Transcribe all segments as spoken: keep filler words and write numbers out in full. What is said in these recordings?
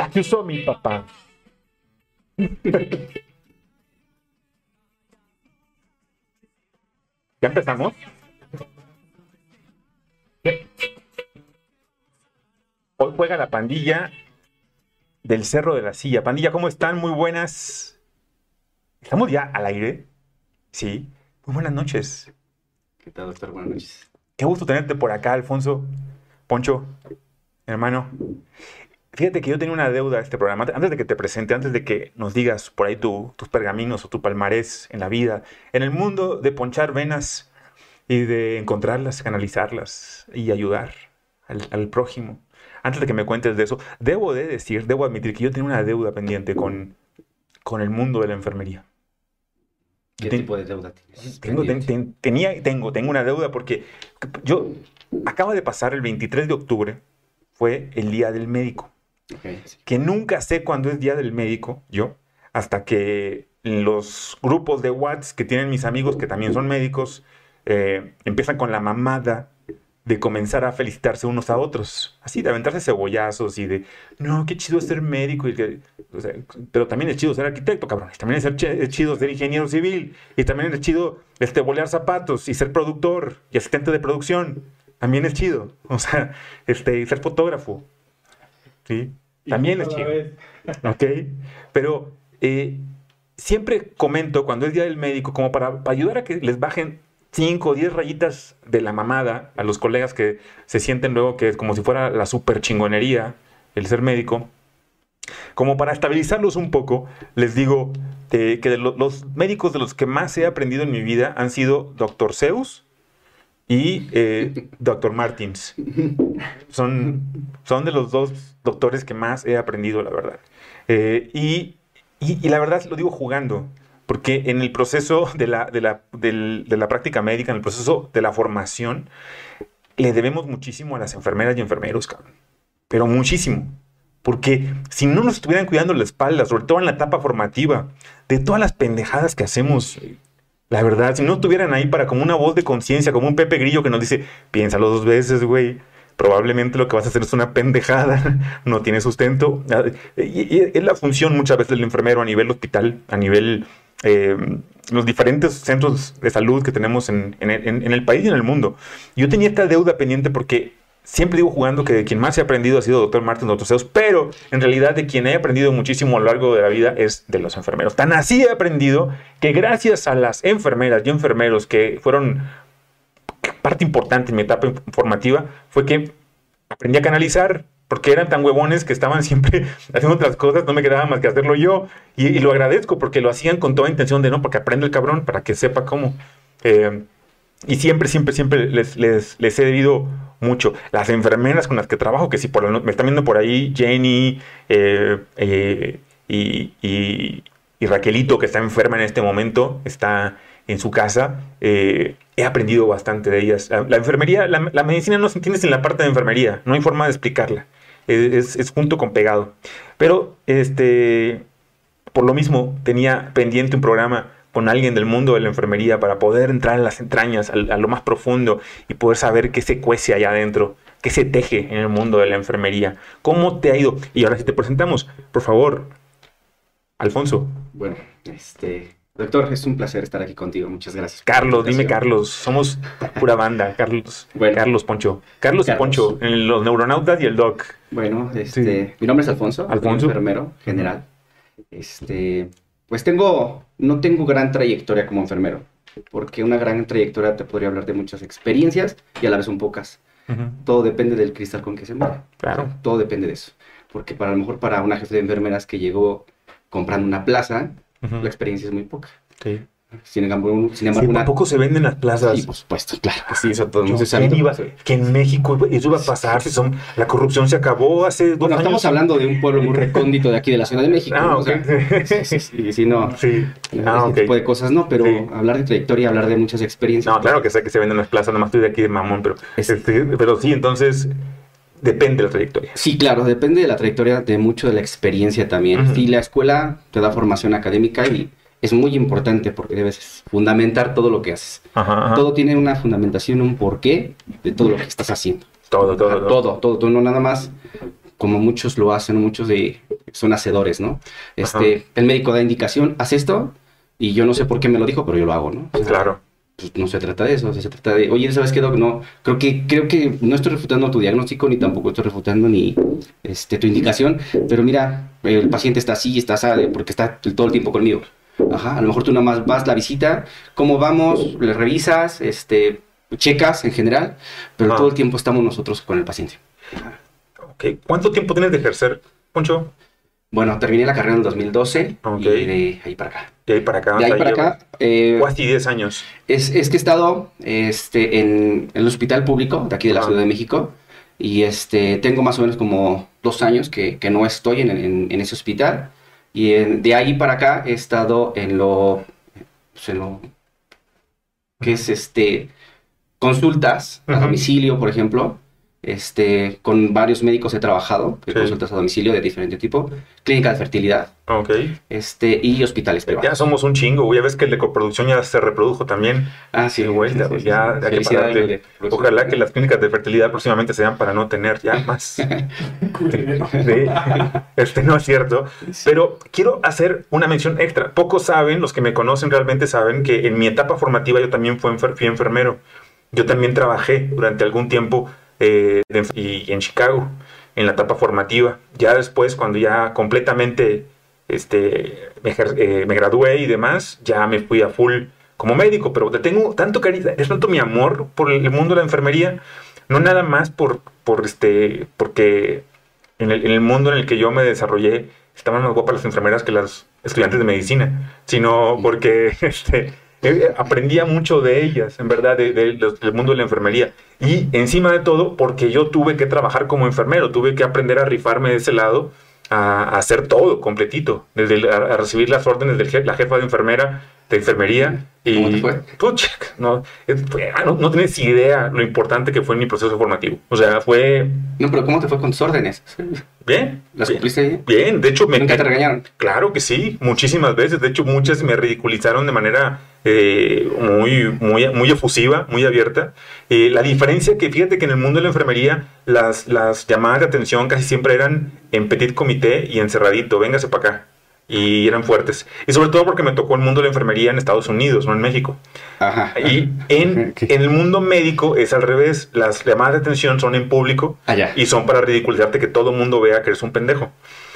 Aquí usó mi papá. ¿Ya empezamos? ¿Qué? Hoy juega la pandilla del Cerro de la Silla. Pandilla, ¿cómo están? Muy buenas. ¿Estamos ya al aire? Sí. Muy buenas noches. ¿Qué tal, doctor? Buenas noches. Qué gusto tenerte por acá, Alfonso. Poncho, hermano. Fíjate que yo tenía una deuda a este programa. Antes de que te presente, antes de que nos digas por ahí tu, tus pergaminos o tu palmarés en la vida, en el mundo de ponchar venas y de encontrarlas, canalizarlas y ayudar al, al prójimo. Antes de que me cuentes de eso, debo de decir, debo admitir que yo tenía una deuda pendiente con, con el mundo de la enfermería. ¿Qué Ten, tipo de deuda tienes? Tengo, ten, ten, tenía, tengo, tengo una deuda porque yo acaba de pasar el veintitrés de octubre, fue el Día del Médico. Okay, sí. Que nunca sé cuándo es Día del Médico, yo, hasta que los grupos de WhatsApp que tienen mis amigos que también son médicos eh, empiezan con la mamada de comenzar a felicitarse unos a otros, así, de aventarse cebollazos y de, no, qué chido es ser médico, y que, o sea, pero también es chido ser arquitecto, cabrón, también es, ser ch es chido ser ingeniero civil, y también es chido este, bolear zapatos y ser productor y asistente de producción, también es chido, o sea, este, ser fotógrafo, ¿sí? También es chido, ¿ok? Pero eh, siempre comento cuando es Día del Médico, como para, para ayudar a que les bajen cinco o diez rayitas de la mamada a los colegas que se sienten luego que es como si fuera la super chingonería el ser médico, como para estabilizarlos un poco, les digo eh, que de lo, los médicos de los que más he aprendido en mi vida han sido doctor Zeus y eh, doctor Martins. Son, son de los dos doctores que más he aprendido, la verdad. Eh, y, y, y la verdad lo digo jugando, porque en el proceso de la, de, la, del, de la práctica médica, en el proceso de la formación, le debemos muchísimo a las enfermeras y enfermeros, cabrón. Pero muchísimo. Porque si no nos estuvieran cuidando la espalda, sobre todo en la etapa formativa, de todas las pendejadas que hacemos, la verdad, si no estuvieran ahí para como una voz de conciencia, como un Pepe Grillo que nos dice, piénsalo dos veces, güey, probablemente lo que vas a hacer es una pendejada, no tiene sustento. Y, y es la función muchas veces del enfermero a nivel hospital, a nivel eh, los diferentes centros de salud que tenemos en, en, en, en el país y en el mundo. Yo tenía esta deuda pendiente porque siempre digo jugando que de quien más he aprendido ha sido doctor Martins, doctor Zeus, pero en realidad de quien he aprendido muchísimo a lo largo de la vida es de los enfermeros. Tan así he aprendido que gracias a las enfermeras y enfermeros que fueron parte importante en mi etapa formativa, fue que aprendí a canalizar, porque eran tan huevones que estaban siempre haciendo otras cosas, no me quedaba más que hacerlo yo, y, y lo agradezco porque lo hacían con toda intención de no, para que aprenda el cabrón, para que sepa cómo. Eh, y siempre, siempre, siempre les, les, les he debido mucho. Las enfermeras con las que trabajo, que si por la, me están viendo por ahí, Jenny eh, eh, y, y, y Raquelito, que está enferma en este momento, está en su casa, eh, he aprendido bastante de ellas. La, la enfermería, la, la medicina no se entiende sin la parte de enfermería, no hay forma de explicarla, es, es junto con pegado. Pero, este, por lo mismo, tenía pendiente un programa con alguien del mundo de la enfermería para poder entrar en las entrañas, a, a lo más profundo y poder saber qué se cuece allá adentro, qué se teje en el mundo de la enfermería. ¿Cómo te ha ido? Y ahora sí te presentamos, por favor, Alfonso. Bueno, este... doctor, es un placer estar aquí contigo. Muchas gracias. Carlos, dime Carlos. Somos pura banda. Carlos, bueno, Carlos Poncho. Carlos, Carlos y Poncho, en los neuronautas y el doc. Bueno, este, sí. Mi nombre es Alfonso. Alfonso. Soy enfermero general. Este, pues tengo, no tengo gran trayectoria como enfermero, porque una gran trayectoria te podría hablar de muchas experiencias y a la vez son pocas. Uh-huh. Todo depende del cristal con que se mueve. Claro. O sea, todo depende de eso. Porque para a lo mejor para una jefe de enfermeras que llegó comprando una plaza, uh-huh, la experiencia es muy poca. Sí. Sin embargo, sin embargo sí, una... tampoco se venden las plazas. Sí, por supuesto, claro. Que sí, eso todo el mundo sabe. Que en México eso iba a pasar. Si son, la corrupción se acabó hace dos bueno, años. Estamos hablando de un pueblo muy recóndito de aquí de la Ciudad de México. Ah, ¿no? okay. O sea, sí, sí, sí, no. Sí. Ah, ese okay. tipo de cosas no, pero sí, hablar de trayectoria, hablar de muchas experiencias. No, claro que sé que se venden las plazas, nomás estoy de aquí de mamón, pero, es... este, pero sí, entonces depende de la trayectoria. Sí, claro, depende de la trayectoria, de mucho de la experiencia también. Uh-huh. Sí, la escuela te da formación académica y es muy importante porque debes fundamentar todo lo que haces. Ajá, ajá. Todo tiene una fundamentación, un porqué de todo lo que estás haciendo. Todo, todo, todo. Todo, todo, todo, no nada más como muchos lo hacen, muchos de, son hacedores, ¿no? Este, Ajá. el médico da indicación, haz esto, y yo no sé por qué me lo dijo, pero yo lo hago, ¿no? O sea, Claro. pues no se trata de eso, se trata de, oye, ¿sabes qué, doc? No, creo que, creo que no estoy refutando tu diagnóstico, ni tampoco estoy refutando ni este, tu indicación, pero mira, el paciente está así, está así, porque está todo el tiempo conmigo. Ajá, a lo mejor tú nada más vas, la visita, cómo vamos, le revisas, este, checas en general, pero Ajá. todo el tiempo estamos nosotros con el paciente. Ajá. Ok. ¿Cuánto tiempo tienes de ejercer, Poncho? Bueno, terminé la carrera en el dos mil doce Ok. y de ahí para acá. De ahí para acá. De o ahí sea, para lleva acá, eh, casi diez años. es, es que he estado este, en, en el hospital público de aquí de la Ajá. Ciudad de México y este, tengo más o menos como dos años que, que no estoy en, en, en ese hospital y en- de ahí para acá he estado en lo, pues, en lo que es este, consultas a Ujú. domicilio, por ejemplo. Este, con varios médicos he trabajado, de Sí. consultas a domicilio de diferente tipo, clínica de fertilidad, Ok. este, y hospitales Ya privados. somos un chingo, güey. Ya ves que el de coproducción ya se reprodujo también. Ah, sí, Sí, güey, sí, ya, sí, sí, ya sí. hay que Felicidades, pararle. Gloria, por eso. Ojalá que las clínicas de fertilidad próximamente sean para no tener ya más. Sí, este no es cierto. Sí. Pero quiero hacer una mención extra. Pocos saben, los que me conocen realmente saben que en mi etapa formativa yo también fui, enfer- fui enfermero. Yo también trabajé durante algún tiempo eh, de enfer- y en Chicago, en la etapa formativa. Ya después, cuando ya completamente este, me, ejer- eh, me gradué y demás, ya me fui a full como médico, pero te tengo tanto cariño, es tanto mi amor por el mundo de la enfermería, no nada más por, por este, porque en el, en el mundo en el que yo me desarrollé estaban más guapas las enfermeras que las estudiantes de medicina, sino porque este, eh, aprendía mucho de ellas, en verdad, de- de los- del mundo de la enfermería. Y encima de todo, porque yo tuve que trabajar como enfermero, tuve que aprender a rifarme de ese lado, a, a hacer todo completito, desde el- a, a recibir las órdenes de je- la jefa de enfermera, de enfermería. ¿Cómo te Y, fue? pucha, no, es- fue- ah, no, no tienes idea lo importante que fue en mi proceso formativo. O sea, fue No, pero ¿cómo te fue con tus órdenes? bien. ¿Las bien, cumpliste bien? bien. De hecho, me, ¿Nunca te regañaron? claro que sí, muchísimas veces. De hecho, muchas me ridiculizaron de manera eh, muy, muy, muy efusiva, muy abierta. Eh, la diferencia que, fíjate que en el mundo de la enfermería, las, las llamadas de atención casi siempre eran en petit comité y encerradito, véngase para acá. Y eran fuertes. Y sobre todo porque me tocó el mundo de la enfermería en Estados Unidos, no en México. Ajá. Y en, Ok. en el mundo médico es al revés. Las llamadas de atención son en público Allá. y son para ridiculizarte que todo el mundo vea que eres un pendejo.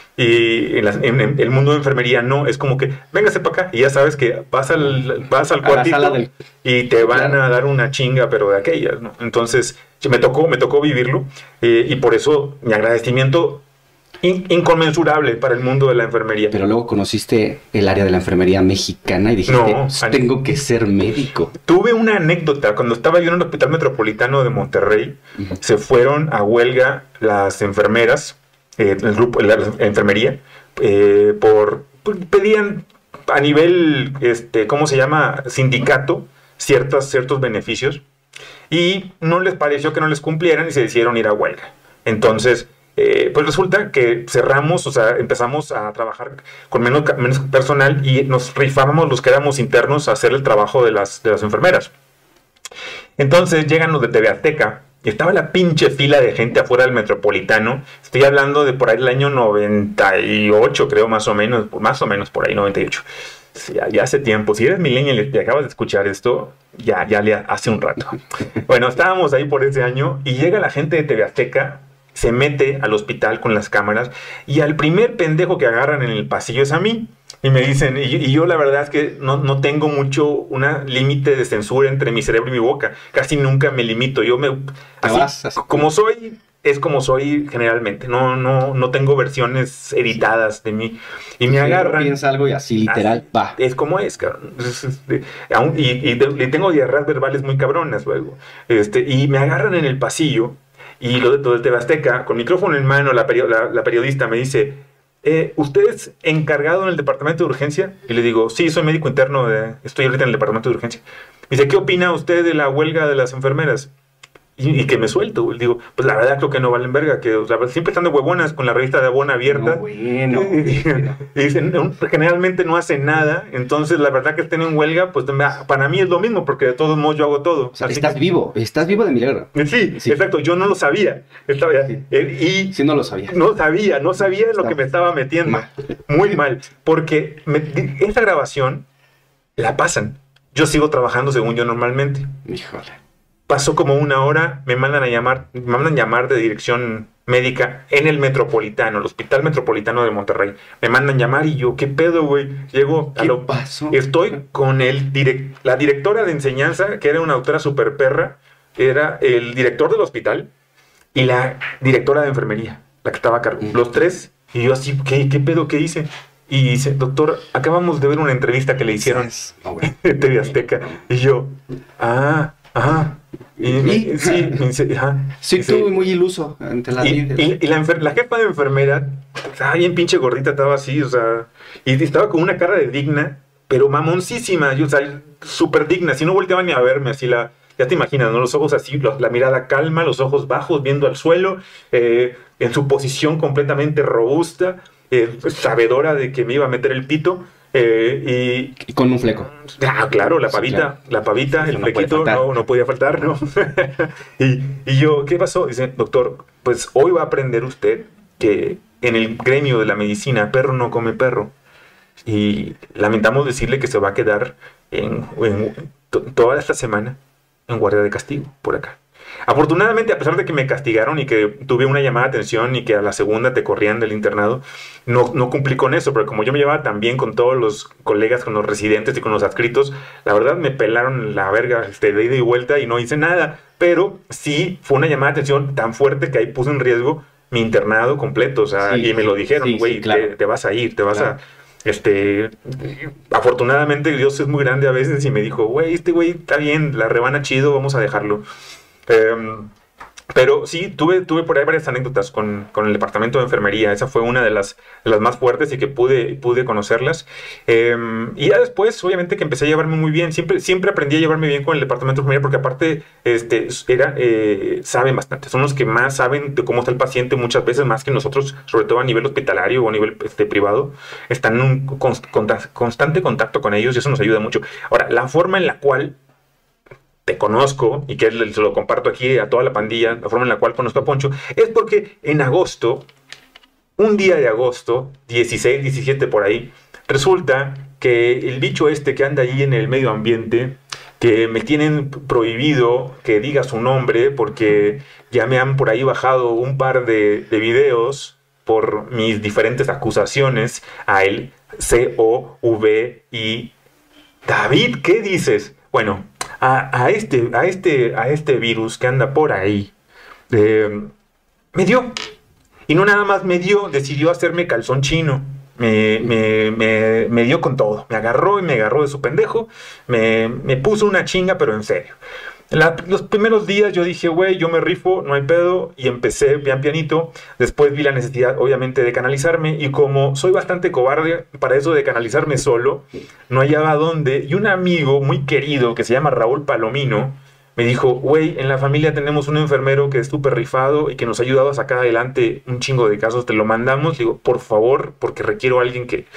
Y en, las- en- en el mundo de enfermería no, es como que véngase para acá y ya sabes que vas al, vas al A la cuartito sala del- y te van Claro. a dar una chinga, pero de aquellas, ¿no? Entonces sí, me tocó, me tocó vivirlo eh, y por eso mi agradecimiento in- inconmensurable para el mundo de la enfermería. Pero luego conociste el área de la enfermería mexicana y dijiste, No, "Pues, tengo que ser médico". Tuve una anécdota. Cuando estaba yo en el Hospital Metropolitano de Monterrey, Ujú. se fueron a huelga las enfermeras, eh, el grupo, la, la enfermería, eh, por, por- pedían a nivel, este, ¿cómo se llama? Sindicato, ciertas, ciertos beneficios, y no les pareció que no les cumplieran y se decidieron ir a huelga. Entonces, eh, pues resulta que cerramos, o sea, empezamos a trabajar con menos, ca- menos personal y nos rifábamos los que éramos internos a hacer el trabajo de las, de las enfermeras. Entonces llegan los de T V Azteca y estaba la pinche fila de gente afuera del Metropolitano. Estoy hablando de por ahí del año noventa y ocho, creo, más o menos, más o menos por ahí, noventa y ocho. Sí, ya, ya hace tiempo. Si eres millennial y acabas de escuchar esto, ya, ya le hace un rato. Bueno, estábamos ahí por ese año y llega la gente de T V Azteca, se mete al hospital con las cámaras y al primer pendejo que agarran en el pasillo es a mí. Y me dicen, y, y yo la verdad es que no, no tengo mucho, una límite de censura entre mi cerebro y mi boca. Casi nunca me limito. Yo me... Así, vas, así. como soy, es como soy generalmente. No, no, no tengo versiones editadas de mí. Y me Sí, agarran... piensa algo y así, literal, Así, va. es como es, cabrón. Es- es- de- aún- y, y de- y tengo diarreas verbales muy cabronas luego. Este, y me agarran en el pasillo y lo de todo el T V Azteca, con micrófono en mano, la, perio- la- la periodista me dice, eh, ¿usted es encargado en el departamento de urgencia? Y le digo, sí, soy médico interno, de, estoy ahorita en el departamento de urgencia. Me dice, ¿qué opina usted de la huelga de las enfermeras? y, y que me suelto, güey. Digo, pues la verdad creo que no valen verga, que o sea, siempre están de huevonas con la revista de Abona abierta. No, bueno. Y, y dicen, "No, generalmente no hacen nada, entonces la verdad que estén en huelga, pues para mí es lo mismo, porque de todos modos yo hago todo. O sea, Así estás que, vivo, estás vivo de milagro. Sí, Sí. exacto, yo no lo sabía. Estaba, Sí. eh, y Sí, no lo sabía. no sabía, no sabía Está lo que me estaba metiendo. mal. Muy mal, porque me, esta grabación la pasan. Yo sigo trabajando según yo normalmente. Híjole. Pasó como una hora, me mandan a llamar, me mandan llamar de dirección médica en el Metropolitano, el Hospital Metropolitano de Monterrey. Me mandan llamar y yo, ¿qué pedo, güey? Llego a ¿Qué lo... pasó? Estoy con el direct... la directora de enseñanza, que era una doctora super perra, era el director del hospital y la directora de enfermería, la que estaba a cargo. Mm. Los tres, y yo así, ¿qué, qué pedo, qué hice? Y dice, doctor, acabamos de ver una entrevista que le hicieron No, güey. en T V Azteca. Y yo, ah, ajá. Y, me- ¿Y? sí, me dice, ajá. Sí, Dice, tú muy iluso ante la y, vida. y- y la, enfer- la jefa de enfermera, estaba bien pinche gordita, estaba así, o sea, y estaba con una cara de digna, pero mamoncísima, y, o sea, súper digna, si no volteaba ni a verme, así la, ya te imaginas, ¿no? Los ojos así, los- la mirada calma, los ojos bajos, viendo al suelo, eh, en su posición completamente robusta, eh, sabedora de que me iba a meter el pito, eh, y Y con un fleco. Ah, claro, la Sí, pavita, claro. la pavita, Sí, el no puede flequito, faltar. no, no podía faltar, ¿no? y, y yo, ¿qué pasó? Dice, doctor, pues hoy va a aprender usted que en el gremio de la medicina, perro no come perro. Y lamentamos decirle que se va a quedar en, en to- toda esta semana en guardia de castigo, por acá. Afortunadamente, a pesar de que me castigaron y que tuve una llamada de atención y que a la segunda te corrían del internado, no, no cumplí con eso, pero como yo me llevaba tan bien con todos los colegas, con los residentes y con los adscritos, la verdad me pelaron la verga este, de ida y vuelta y no hice nada. Pero sí fue una llamada de atención tan fuerte que ahí puse en riesgo mi internado completo, o sea, Sí, y me lo dijeron, sí, güey, sí, claro. te, te vas a ir, te vas Claro. a... Este, afortunadamente Dios es muy grande a veces y me dijo, güey, este güey está bien, la rebana chido, vamos a dejarlo. Em, pero sí, tuve, tuve por ahí varias anécdotas con, con el departamento de enfermería. Esa fue una de las, de las más fuertes y que pude, pude conocerlas. Em, y ya después, obviamente, que empecé a llevarme muy bien. Siempre, siempre aprendí a llevarme bien con el departamento de enfermería porque aparte este, era, eh, saben bastante. Son los que más saben de cómo está el paciente muchas veces, más que nosotros, sobre todo a nivel hospitalario o a nivel este, privado. Están en un const- conta- constante contacto con ellos y eso nos ayuda mucho. Ahora, la forma en la cual te conozco, y que se lo comparto aquí a toda la pandilla, la forma en la cual conozco a Poncho, es porque en agosto, un día de agosto, dieciséis, diecisiete por ahí, resulta que el bicho este que anda ahí en el medio ambiente, que me tienen prohibido que diga su nombre, porque ya me han por ahí bajado un par de, de videos por mis diferentes acusaciones a él, C O V I David, ¿qué dices? Bueno, a, a, este, a, este, a este virus que anda por ahí, eh, me dio. Y no nada más me dio, decidió hacerme calzón chino. Me, me, me, me dio con todo. Me agarró y me agarró de su pendejo. Me, me puso una chinga, pero en serio. La- los primeros días yo dije, güey, yo me rifo, no hay pedo, y empecé pian pianito. Después vi la necesidad, obviamente, de canalizarme, y como soy bastante cobarde para eso de canalizarme solo, no hallaba dónde, y un amigo muy querido que se llama Raúl Palomino me dijo, güey, en la familia tenemos un enfermero que es súper rifado y que nos ha ayudado a sacar adelante un chingo de casos, te lo mandamos. Digo, por favor, porque requiero a alguien que...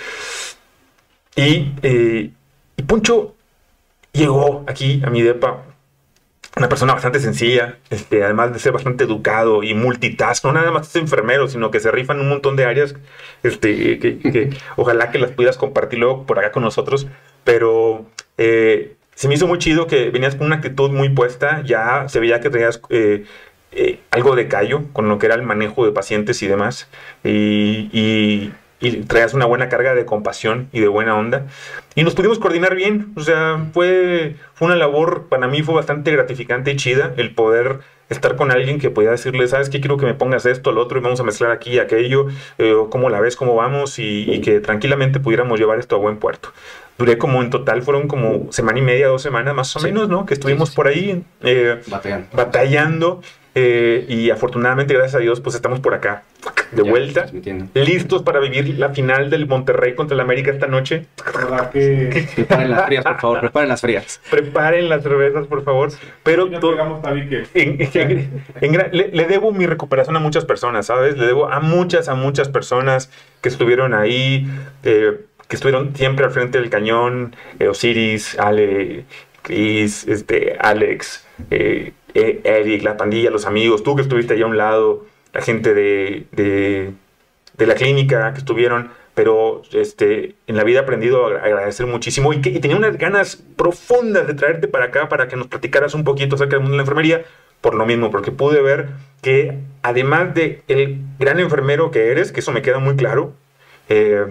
Y, eh, y Poncho llegó aquí a mi depa, una persona bastante sencilla, este, además de ser bastante educado y multitask, no nada más es enfermero, sino que se rifa en un montón de áreas, este, que, que ojalá que las pudieras compartir luego por acá con nosotros, pero eh, se me hizo muy chido que venías con una actitud muy puesta, ya se veía que tenías eh, eh, algo de callo con lo que era el manejo de pacientes y demás, y, y, y traías una buena carga de compasión y de buena onda. Y nos pudimos coordinar bien, o sea, fue, fue una labor, para mí fue bastante gratificante y chida el poder estar con alguien que podía decirle, ¿sabes qué? Quiero que me pongas esto, lo otro, y vamos a mezclar aquí y aquello, eh, o cómo la ves, cómo vamos, y, y que tranquilamente pudiéramos llevar esto a buen puerto. Duré como en total, fueron como semana y media, dos semanas más o Sí. menos, ¿no? Que estuvimos Sí, sí, sí. por ahí eh, Batallando. batallando. Eh, y afortunadamente, gracias a Dios, pues estamos por acá, de Ya, vuelta, entiendo. listos para vivir la final del Monterrey contra el América esta noche. ¿Verdad que Preparen las frías, por favor, preparen las frías. Preparen las cervezas, por favor. Pero ya to- pegamos tabique? en- en- en gra- le, le debo mi recuperación a muchas personas, ¿sabes? Le debo a muchas, a muchas personas que estuvieron ahí, eh, que estuvieron siempre al frente del cañón. eh, Osiris, Ale, Chris, este, Alex, eh, eh, Eric, la pandilla, los amigos, tú que estuviste ahí a un lado, la gente de, de, de la clínica que estuvieron. Pero este, en la vida he aprendido a agradecer muchísimo y, que, y tenía unas ganas profundas de traerte para acá para que nos platicaras un poquito acerca del mundo de la enfermería, por lo mismo, porque pude ver que además de el gran enfermero que eres, que eso me queda muy claro, eh,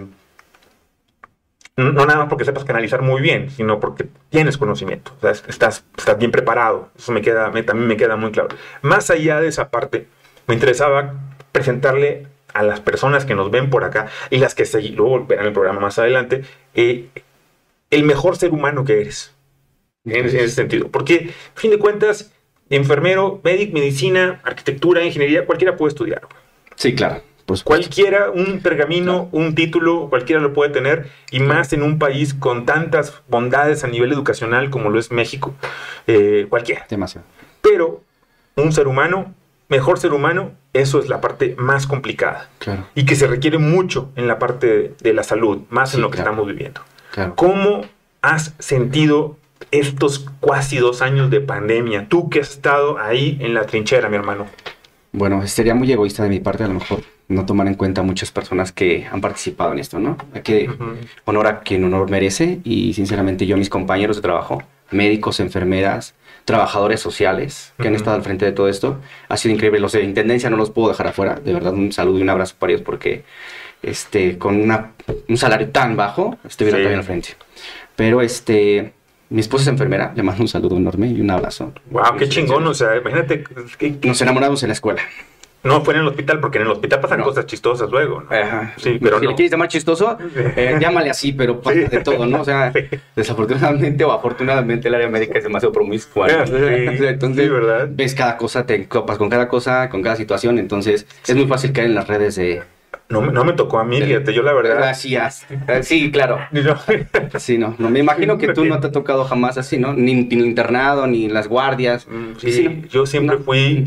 no no nada más porque sepas canalizar muy bien, sino porque tienes conocimiento, o sea, estás, estás bien preparado, eso me queda, me, también me queda muy claro. Más allá de esa parte, me interesaba presentarle a las personas que nos ven por acá y las que se, luego verán el programa más adelante, eh, el mejor ser humano que eres, en, ese- en ese sentido. Porque, a fin de cuentas, enfermero, médico, medicina, arquitectura, ingeniería, cualquiera puede estudiar. Sí, claro, por supuesto. Cualquiera, un pergamino, un título, cualquiera lo puede tener, y más en un país con tantas bondades a nivel educacional como lo es México, eh, cualquiera. Demasiado. Pero un ser humano, mejor ser humano, eso es la parte más complicada Claro, y que se requiere mucho en la parte de, de la salud, más Sí, en lo que claro. estamos viviendo. claro. ¿Cómo has sentido estos casi dos años de pandemia? Tú que has estado ahí en la trinchera, mi hermano. Bueno, sería muy egoísta de mi parte a lo mejor no tomar en cuenta muchas personas que han participado en esto, ¿no? Hay que Ujú. honor a quien honor merece y sinceramente yo, mis compañeros de trabajo, médicos, enfermeras, trabajadores sociales que han Ujú. estado al frente de todo esto, ha sido increíble. Los de Intendencia no los puedo dejar afuera, de verdad un saludo y un abrazo para ellos porque este, con una, un salario tan bajo estuvieron Sí. también al frente. Pero este, mi esposa es enfermera, le mando un saludo enorme y un abrazo. Wow, qué chingón, o sea, imagínate que Nos enamoramos en la escuela. no fue en el hospital, porque en el hospital pasan No. cosas chistosas luego, ¿no? Ajá. Sí, pero si no. le quieres llamar chistoso, eh, llámale así, pero pasa Sí. de todo, ¿no? O sea, Sí. desafortunadamente o afortunadamente el área médica es demasiado promiscua, ¿no? Ah, sí, Entonces, sí, ¿verdad? ves cada cosa, te copas con cada cosa, con cada situación, entonces es muy fácil caer en las redes de... No, me- no me tocó a mí, fíjate, yo la verdad. Así, as- sí, claro. No. Sí, no, no, me imagino que tú no te ha tocado jamás así, ¿no? Ni, ni el internado, ni las guardias. Mm, Sí, Sí, ¿no? yo siempre No. fui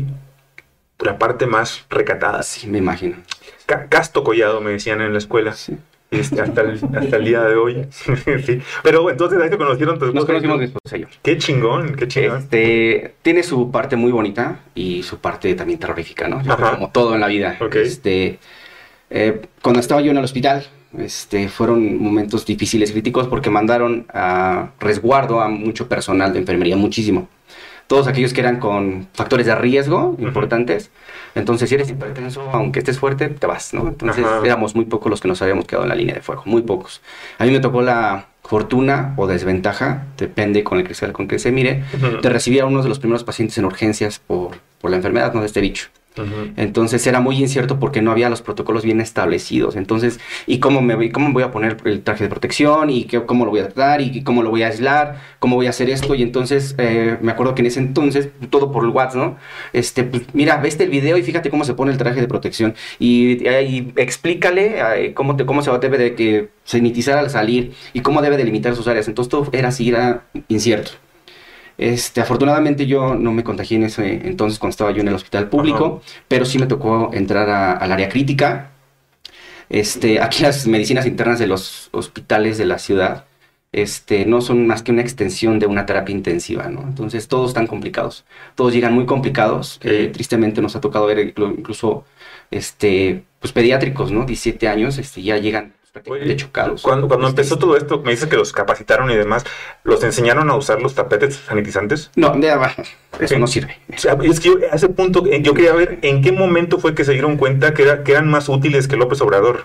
la parte más recatada. Sí, me imagino. Ca- Casto collado me decían en la escuela. Sí. Este, hasta, el, hasta el día de hoy. Sí. Pero bueno, entonces ahí se conocieron tu Nos esposa y conocimos tú. mi esposa y yo. Qué chingón, qué chingón. Este, tiene su parte muy bonita y su parte también terrorífica, ¿no? Yo creo Ajá. como todo en la vida. Ok. Este, eh, cuando estaba yo en el hospital, este, fueron momentos difíciles, críticos, porque mandaron a resguardo a mucho personal de enfermería, muchísimo. Todos aquellos que eran con factores de riesgo importantes. Entonces, si eres hipertenso, aunque estés fuerte, te vas, ¿no? Entonces, Ajá. éramos muy pocos los que nos habíamos quedado en la línea de fuego, muy pocos. A mí me tocó la fortuna o desventaja, depende con el que se, con que se mire, Ujú. de recibir a uno de los primeros pacientes en urgencias por, por la enfermedad, ¿no? De este bicho. Ujú. Entonces era muy incierto porque no había los protocolos bien establecidos. Entonces, ¿y cómo me voy, cómo voy a poner el traje de protección? ¿Y qué, cómo lo voy a tratar? ¿Y cómo lo voy a aislar? ¿Cómo voy a hacer esto? Y entonces, eh, me acuerdo que en ese entonces, todo por el WhatsApp, ¿no? Este, pues, mira, ve este video y fíjate cómo se pone el traje de protección. Y, eh, y explícale eh, cómo, te, cómo se va, debe de que sanitizar al salir y cómo debe delimitar sus áreas. Entonces, todo era así, era incierto. Este, afortunadamente yo no me contagié en ese entonces cuando estaba yo en el hospital público, pero sí me tocó entrar a- al área crítica. Este, aquí las medicinas internas de los hospitales de la ciudad este, no son más que una extensión de una terapia intensiva, ¿no? Entonces todos están complicados, todos llegan muy complicados. Sí. Eh, tristemente nos ha tocado ver inclu- incluso este, pues, pediátricos, ¿no? diecisiete años, este, ya llegan prácticamente Oye, chocados. Cuando, cuando Es empezó triste. todo esto, me dices que los capacitaron y demás, ¿los enseñaron a usar los tapetes sanitizantes? No, de abajo, eso Sí. no sirve. O sea, es que yo, a ese punto eh, yo quería ver en qué momento fue que se dieron cuenta que, era- que eran más útiles que López Obrador.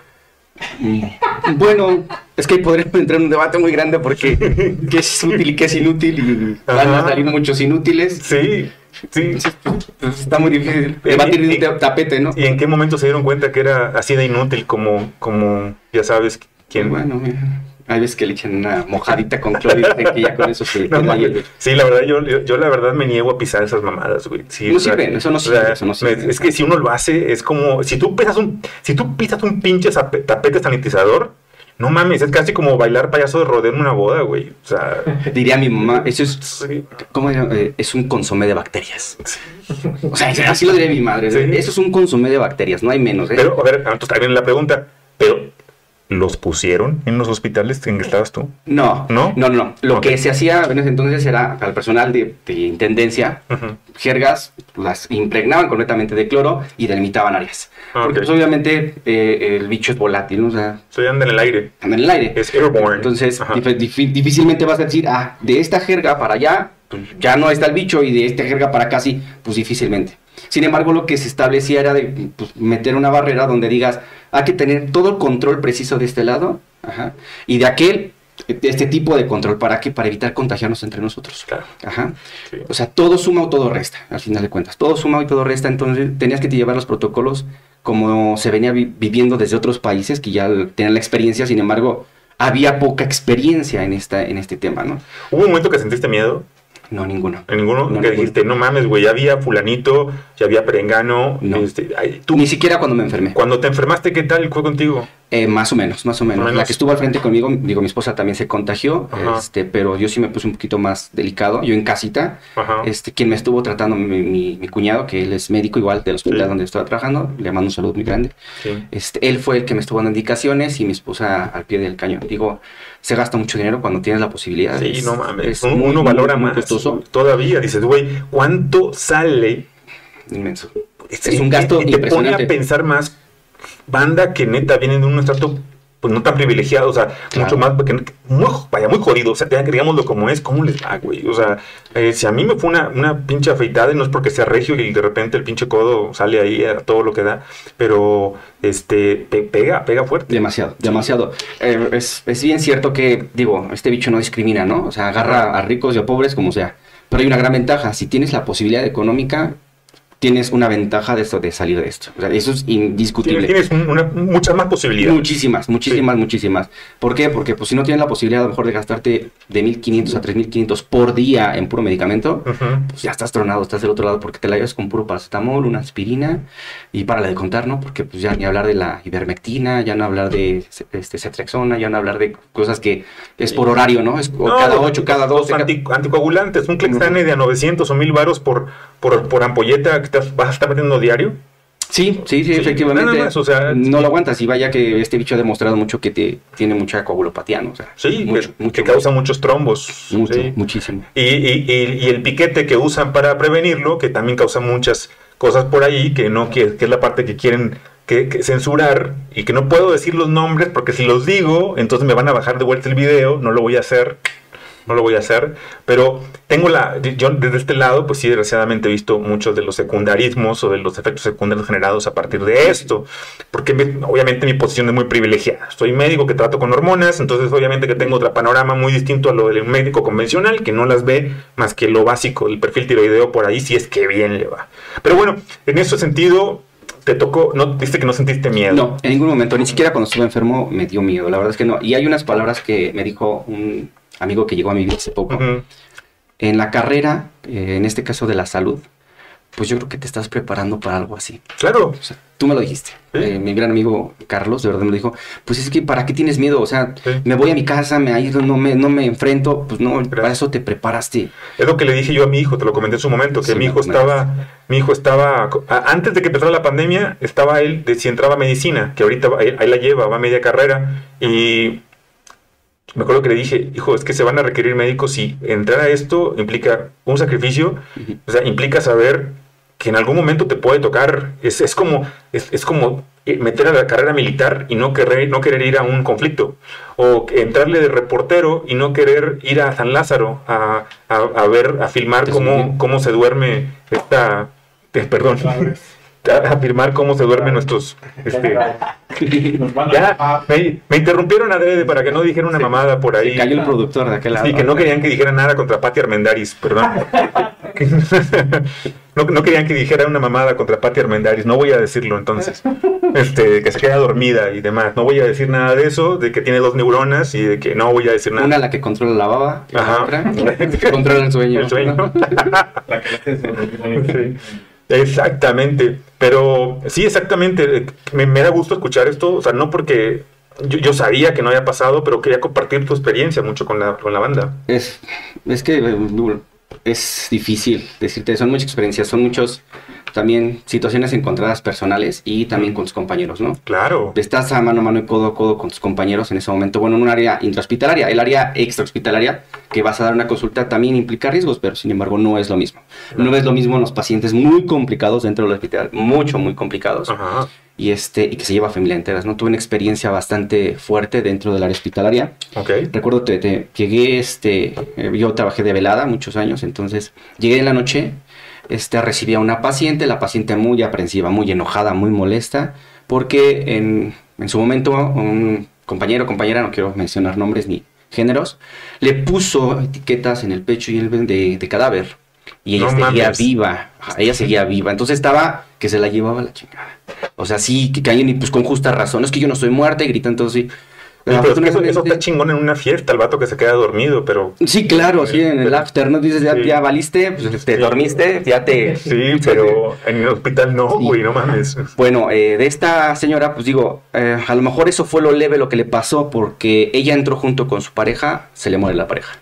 Bueno, es que ahí podríamos entrar en un debate muy grande porque qué es útil y qué es inútil y van a Ajá. salir muchos inútiles. Sí, sí. Pues está muy difícil debatir de un te- tapete, ¿no? ¿Y en qué momento se dieron cuenta que era así de inútil como, como ya sabes quién? Bueno, mira, Hay veces que le echan una mojadita con cloro y dicen que ya con eso se No, queda ahí el mames. bicho. Sí, la verdad, yo, yo, yo la verdad me niego a pisar esas mamadas, güey. Sí, No o sea, sirven, eso no o sirve, sea, eso no me- sirve. Es que si uno lo hace, es como, si tú pisas un, si tú pisas un pinche zape- tapete sanitizador, no mames, es casi como bailar payaso de rodeo en una boda, güey. O sea, Diría mi mamá, eso es, sí. ¿cómo se llama? Eh, es un consomé de bacterias. O sea, así lo diría mi madre. Sí. Eso es un consomé de bacterias, no hay menos, ¿eh? Pero, a ver, entonces también la pregunta, pero ¿los pusieron en los hospitales en que estabas tú? No, ¿No? no, no, no. Lo Ok. que se hacía en ese entonces era, para el personal de, de intendencia, Ujú. jergas, las impregnaban completamente de cloro y delimitaban áreas. Ah, Porque ok. pues, obviamente eh, el bicho es volátil, ¿no? O sea, Soy anda en el aire. anda en el aire. Es airborne. Entonces, Ajá. dif- dif- difícilmente vas a decir, ah, de esta jerga para allá, pues ya no está el bicho, y de esta jerga para acá sí, pues difícilmente. Sin embargo, lo que se establecía era de pues, meter una barrera donde digas, hay que tener todo el control preciso de este lado, ajá, y de aquel, de este tipo de control. ¿Para qué? Para evitar contagiarnos entre nosotros. Claro. Ajá. Sí. O sea, todo suma o todo resta, al final de cuentas. Todo suma y todo resta, entonces tenías que llevar los protocolos como se venía vi- viviendo desde otros países que ya tenían la experiencia. Sin embargo, había poca experiencia en, esta, en este tema, ¿no? ¿Hubo un momento que sentiste miedo? No, ninguno. En ninguno, No, que ninguno. dijiste, no mames, güey, ya había fulanito, ya había perengano. No. Este, ay, tú, Ni siquiera cuando me enfermé. cuando te enfermaste, ¿qué tal fue contigo? Eh, más o menos, más o menos. Más o menos. La que estuvo al frente conmigo, digo, mi esposa también se contagió, Ajá. este, pero yo sí me puse un poquito más delicado. Yo en casita, Ajá. este, quien me estuvo tratando, mi, mi, mi cuñado, que él es médico igual del hospital Sí. donde estaba trabajando, le mando un saludo muy grande. Sí. Este, él fue el que me estuvo dando indicaciones y mi esposa al pie del cañón. Digo, se gasta mucho dinero cuando tienes la posibilidad. Sí, es- no mames. es Uno, muy, uno muy, valora muy más. costoso, Todavía dices, güey, ¿cuánto sale? inmenso. Es, Es un gasto y te pone impresionante. a pensar más banda que neta viene de un estrato pues no tan privilegiado, o sea, Claro. mucho más, porque muy, vaya, muy jodido, o sea, ya, digámoslo como es, ¿cómo les va, güey? O sea, eh, si a mí me fue una, una pinche afeitada, y no es porque sea regio y de repente el pinche codo sale ahí a todo lo que da, pero este, pe- pega, pega fuerte. Demasiado, demasiado. Eh, es, es bien cierto que, digo, este bicho no discrimina, ¿no? O sea, agarra a ricos y a pobres como sea. Pero hay una gran ventaja. Si tienes la posibilidad económica, tienes una ventaja de esto, de salir de esto. O sea, eso es indiscutible. Tienes, tienes una- muchas más posibilidades. Muchísimas, muchísimas, muchísimas. ¿Por qué? Porque pues si no tienes la posibilidad a lo mejor de gastarte de mil quinientos a tres mil quinientos por día en puro medicamento, Ujú. pues ya estás tronado, estás del otro lado porque te la llevas con puro paracetamol, una aspirina y párale de contar, ¿no? Porque pues ya ni hablar de la ivermectina, ya no hablar de este, cetrexona, ya no hablar de cosas que es por horario, ¿no? Es o No, cada los- ocho, cada los doce. cada- anti- anticoagulantes, un Clexane de a novecientos o mil varos por, por, por ampolleta que te vas a estar metiendo diario. Sí, sí, sí, Sí, efectivamente. nada más, o sea, no lo aguantas y vaya que este bicho ha demostrado mucho que te, tiene mucha coagulopatía, ¿no? O sea, Sí, mucho, que, mucho, que causa muchos trombos. mucho, Sí. muchísimo. Y, y- y- y el piquete que usan para prevenirlo, que también causa muchas cosas por ahí, que no quiere- que es la parte que quieren que, que censurar, y que no puedo decir los nombres, porque si los digo, entonces me van a bajar de vuelta el video, no lo voy a hacer. No lo voy a hacer, pero tengo la, yo desde este lado, pues sí, desgraciadamente he visto muchos de los secundarismos o de los efectos secundarios generados a partir de esto, porque me- obviamente mi posición es muy privilegiada. Soy médico que trato con hormonas, entonces obviamente que tengo otro panorama muy distinto a lo del médico convencional, que no las ve más que lo básico, el perfil tiroideo por ahí, si es que bien le va. Pero bueno, en ese sentido, te tocó, no, dice que no sentiste miedo. No, en ningún momento, ni siquiera cuando estuve enfermo me dio miedo, la verdad es que no. Y hay unas palabras que me dijo un amigo que llegó a mi vida hace poco. Ujú. En la carrera, eh, en este caso de la salud, pues yo creo que te estás preparando para algo así. Claro. O sea, tú me lo dijiste. Sí. Eh, mi gran amigo Carlos, de verdad me lo dijo. Pues es que, ¿para qué tienes miedo? O sea, Sí. me voy a mi casa, me aíslo, no me, no me enfrento. Pues no, para Gracias. eso te preparaste. Es lo que le dije yo a mi hijo, te lo comenté en su momento, que Sí, mi me hijo comentaste. estaba, mi hijo estaba, a- antes de que empezara la pandemia, estaba él, de si entraba a medicina, que ahorita va- ahí, ahí la lleva, va a media carrera, y me acuerdo que le dije, hijo, es que se van a requerir médicos y entrar a esto implica un sacrificio, Ujú. o sea, implica saber que en algún momento te puede tocar, es, es como, es, es como meter a la carrera militar y no querer, no querer ir a un conflicto, o entrarle de reportero y no querer ir a San Lázaro a, a, a ver, a filmar Te cómo, sentí. cómo se duerme esta, eh, perdón, a, a filmar cómo se duermen nuestros, este, Nos van a ya, bajar. me, me interrumpieron adrede para que no dijera una mamada por ahí. Se cayó el productor de aquel lado. Sí, que no querían que dijera nada contra Pati Armendáriz, perdón. No, no querían que dijera una mamada contra Pati Armendáriz, no voy a decirlo entonces. Este, que se queda dormida y demás. No voy a decir nada de eso, de que tiene dos neuronas y de que no voy a decir nada. Una la que controla la baba, y Ajá. la otra que controla el sueño. El sueño. ¿no? La que hace eso. Sí. Exactamente. Pero sí, exactamente. Me, me da gusto escuchar esto. O sea, no porque yo, yo sabía que no había pasado, pero quería compartir tu experiencia mucho con la, con la banda. Es, es que eh, es difícil decirte, son muchas experiencias, son muchos también situaciones encontradas personales y también con tus compañeros, ¿no? Claro. Estás a mano a mano y codo a codo con tus compañeros en ese momento, bueno, en un área intrahospitalaria, el área extrahospitalaria, que vas a dar una consulta, también implica riesgos, pero sin embargo no es lo mismo. No es lo mismo los pacientes muy complicados dentro del hospital, mucho, muy complicados. Ajá. Y, este, y que se lleva a familia enteras, ¿no? Tuve una experiencia bastante fuerte dentro del área hospitalaria. Ok. Recuerdo que te, llegué, este, eh, yo trabajé de velada muchos años, entonces llegué en la noche, este, recibí a una paciente, la paciente muy aprensiva, muy enojada, muy molesta, porque en, en su momento un compañero o compañera, no quiero mencionar nombres ni géneros, le puso etiquetas en el pecho y en el de, de cadáver. Y ella No seguía mames. viva, ajá, ella seguía viva, entonces estaba que se la llevaba la chingada. O sea, sí, que caían y pues con justa razón, es que yo no soy muerta y gritan todos así. Oye, pero es que eso, eso Afortunadamente- está chingón en una fiesta, el vato que se queda dormido, pero... Sí, claro, sí, en el after, ¿no? Dices, ya, Sí. ya valiste, pues, te Sí. dormiste, ya te... Sí, pero en el hospital no, Sí. güey, no mames. Bueno, eh, de esta señora, pues digo, eh, a lo mejor eso fue lo leve lo que le pasó porque ella entró junto con su pareja, se le muere la pareja.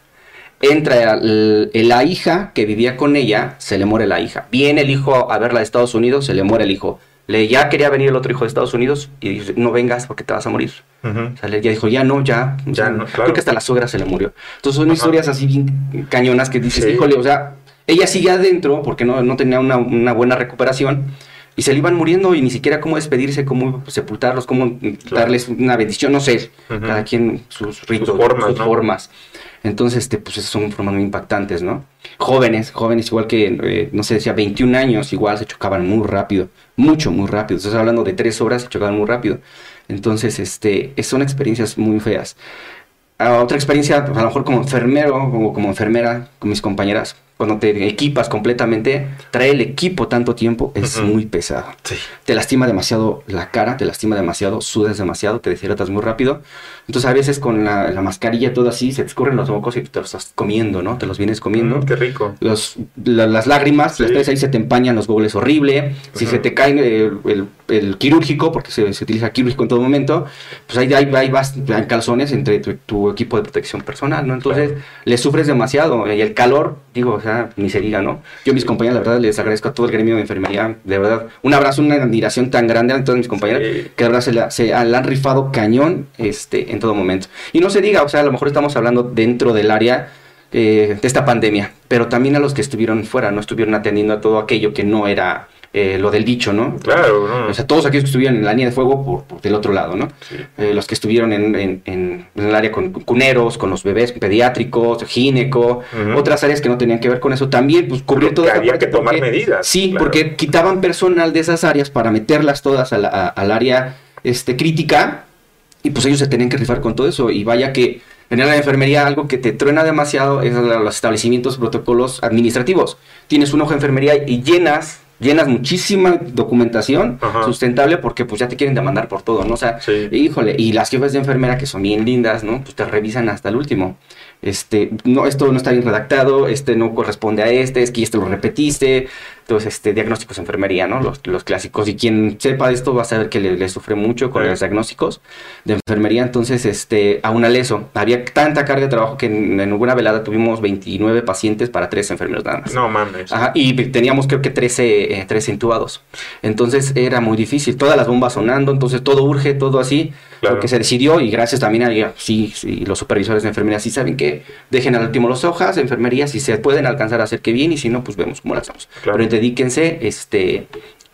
Entra el- la hija que vivía con ella, se le muere la hija. Viene el hijo a verla de Estados Unidos, se le muere el hijo. Le, ya quería venir el otro hijo de Estados Unidos y dice, no vengas porque te vas a morir. Ujú. O sea, ella dijo, ya no, ya. O Ya sea, no, claro. Creo que hasta la suegra se le murió. Entonces son Ajá. historias así bien cañonas que dices, Sí. híjole, o sea, ella sigue adentro porque no, no tenía una, una buena recuperación y se le iban muriendo y ni siquiera cómo despedirse, cómo sepultarlos, cómo darles una bendición, no sé, Ujú. cada quien sus ritos, sus formas, formas. ¿no? formas. Entonces, este, pues esas son formas muy impactantes, ¿no? Jóvenes, jóvenes igual que, eh, no sé, decía veintiún años, igual se chocaban muy rápido, mucho, muy rápido. Estás hablando de tres horas, se chocaban muy rápido. Entonces, este, es- son experiencias muy feas. Ah, otra experiencia, a lo mejor como enfermero o como enfermera con mis compañeras, cuando te equipas completamente, traer el equipo tanto tiempo es Ujú. muy pesado. Sí. Te lastima demasiado la cara, te lastima demasiado, sudas demasiado, te deshidratas muy rápido. Entonces a veces con la, la mascarilla todo así, se te escurren los mocos y te los estás comiendo, ¿no? Te los vienes comiendo. Mm, qué rico. Los, la- las lágrimas, Sí. las traes ahí, se te empañan los gobles horrible. Si Ujú. se te cae el, el- el quirúrgico, porque se, se utiliza quirúrgico en todo momento, pues ahí, ahí, ahí vas en calzones entre tu, tu equipo de protección personal, ¿no? Entonces le sufres demasiado. Y el calor, digo, o sea, ni se diga, ¿no? Yo a mis compañeros, la verdad, les agradezco a todo el gremio de enfermería, de verdad, un abrazo, una admiración tan grande a todos mis compañeros, Sí. que de verdad se la, se la han rifado cañón este, en todo momento. Y no se diga, o sea, a lo mejor estamos hablando dentro del área eh, de esta pandemia, pero también a los que estuvieron fuera, no estuvieron atendiendo a todo aquello que no era eh, lo del dicho, ¿no? Claro, ¿no? O sea, todos aquellos que estuvieron en la línea de fuego por, por del otro lado, ¿no? Sí. Eh, los que estuvieron en, en- en- en el área con cuneros, con los bebés pediátricos, gineco, Ujú. otras áreas que no tenían que ver con eso, también pues cubrir Pero toda que esa había parte que tomar porque- medidas, Sí, claro. porque quitaban personal de esas áreas para meterlas todas a la- a- al área este, crítica y pues ellos se tenían que rifar con todo eso y vaya que en el área de enfermería algo que te truena demasiado es la- los establecimientos, protocolos administrativos. Tienes una hoja de enfermería y llenas, llenas muchísima documentación Ajá. sustentable porque pues ya te quieren demandar por todo, ¿no? O sea, Sí. híjole, y las jefas de enfermera que son bien lindas, ¿no? Pues te revisan hasta el último. Este, no, esto no está bien redactado, este no corresponde a este, es que este lo repetiste. Entonces, este, diagnósticos de enfermería, ¿no? Los, los clásicos. Y quien sepa de esto va a saber que le, le sufre mucho con Sí. los diagnósticos de enfermería. Entonces, este, aún al eso, había tanta carga de trabajo que en, en una velada tuvimos veintinueve pacientes para tres enfermeros nada más. No mames. Ajá, y teníamos creo que trece, eh, trece intubados. Entonces era muy difícil, todas las bombas sonando, entonces todo urge, todo así. Claro. Lo que se decidió, y gracias también a sí, sí, los supervisores de enfermería, sí saben que dejen al último las hojas de enfermería, si se pueden alcanzar a hacer que bien, y si no, pues vemos cómo las hacemos. Claro. Pero dedíquense este,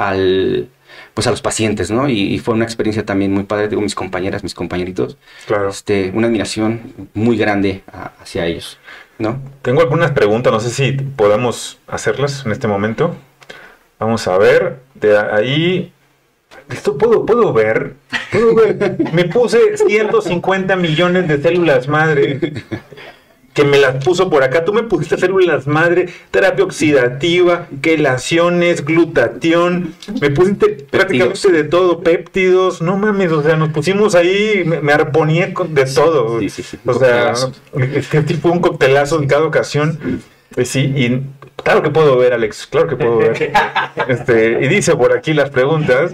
al, pues a los pacientes, ¿no? Y, y fue una experiencia también muy padre, digo, mis compañeras, mis compañeritos, Claro. este, una admiración muy grande a- hacia ellos, ¿no? Tengo algunas preguntas, no sé si podamos hacerlas en este momento. Vamos a ver. De ahí. Esto puedo, puedo ver. Puedo ver. Me puse ciento cincuenta millones de células madre. que me las puso por acá. Tú me pusiste células madre, terapia oxidativa, quelaciones, glutatión. Me pusiste prácticamente de todo, péptidos. No mames, o sea, nos pusimos ahí, me, me arponié con de todo. Sí, sí, sí. O sea, es que tipo un coctelazo en cada ocasión. Pues sí, y claro que puedo ver, Alex, claro que puedo ver. Este, y dice por aquí las preguntas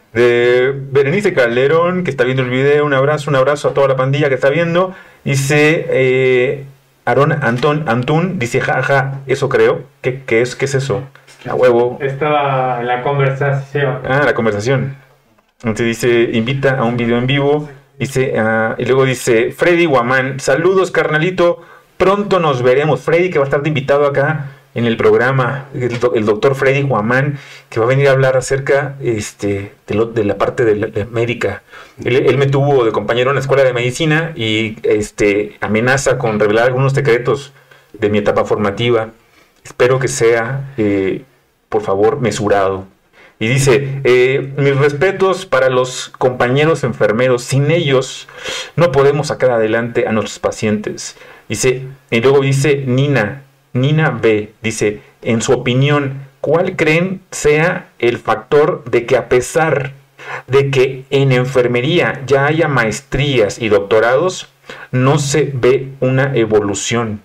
de Berenice Calderón, que está viendo el video. Un abrazo, un abrazo a toda la pandilla que está viendo. Dice eh, Aarón Antón Antún, dice, jaja, eso creo. ¿Qué, qué es? ¿Qué es eso? A huevo. Estaba en la conversación. Ah, la conversación. Entonces dice, invita a un video en vivo. Dice, uh, y luego dice, Freddy Guamán, saludos carnalito, pronto nos veremos. Freddy, que va a estar de invitado acá en el programa, el, do, el doctor Freddy Guamán, que va a venir a hablar acerca este, de, lo, de la parte de la, de médica. Él, él me tuvo de compañero en la escuela de medicina y este, amenaza con revelar algunos secretos de mi etapa formativa. Espero que sea, eh, por favor, mesurado. Y dice, eh, mis respetos para los compañeros enfermeros. Sin ellos no podemos sacar adelante a nuestros pacientes. Dice, y luego dice Nina, Nina B, dice, en su opinión, ¿cuál creen sea el factor de que a pesar de que en enfermería ya haya maestrías y doctorados, no se ve una evolución?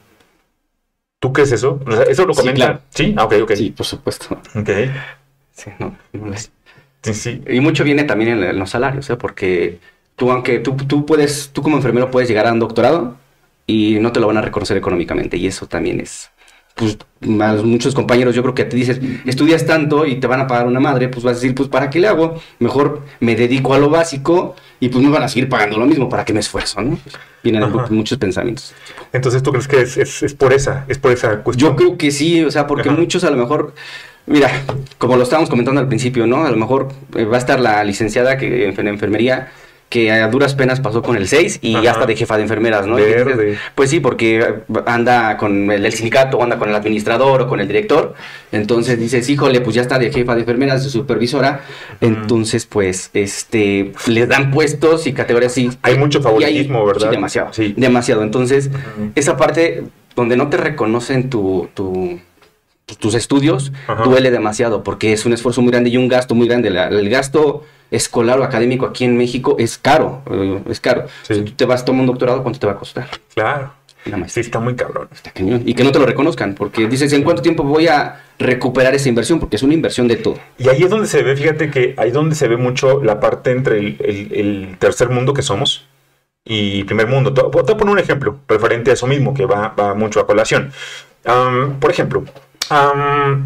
¿Tú qué es eso? O sea, ¿eso lo comenta? Sí, claro. ¿Sí? Ah, ok, ok. Sí, por supuesto. Ok. Sí, no, no es... Sí, sí. Y mucho viene también en, en los salarios, ¿eh? Porque tú, aunque tú, tú puedes, tú como enfermero puedes llegar a un doctorado y no te lo van a reconocer económicamente, y eso también es, pues, a muchos compañeros, yo creo que te dices, estudias tanto y te van a pagar una madre, pues vas a decir, pues, ¿para qué le hago? Mejor me dedico a lo básico y pues me van a seguir pagando lo mismo, ¿para qué me esfuerzo, no? Vienen Ajá. muchos pensamientos. Entonces, ¿tú crees que es, es, es por esa, es por esa cuestión? Yo creo que sí, o sea, porque Ajá. muchos a lo mejor... Mira, como lo estábamos comentando al principio, ¿no? A lo mejor va a estar la licenciada que en enfermería que a duras penas pasó con el seis y Ajá. ya está de jefa de enfermeras, ¿no? Verde. Pues sí, porque anda con el, el sindicato, o anda con el administrador o con el director. Entonces dices, híjole, pues ya está de jefa de enfermeras, de supervisora. Uh-huh. Entonces, pues, este, les dan puestos y categorías así. Hay mucho favoritismo, hay, ¿verdad? Sí, demasiado. Sí. Demasiado. Entonces, uh-huh. esa parte donde no te reconocen tu... tu tus estudios, Ajá. duele demasiado porque es un esfuerzo muy grande y un gasto muy grande. La, el gasto escolar o académico aquí en México es caro, eh, es caro. Sí. Si tú te vas a tomar un doctorado, ¿cuánto te va a costar? Claro. Sí, está muy cabrón. Está cañón. Y que no te lo reconozcan, porque dices, ¿en cuánto tiempo voy a recuperar esa inversión? Porque es una inversión de todo. Y ahí es donde se ve, fíjate que ahí es donde se ve mucho la parte entre el, el, el tercer mundo que somos y primer mundo. Te voy a poner un ejemplo referente a eso mismo, que va, va mucho a colación. Um, por ejemplo... Um,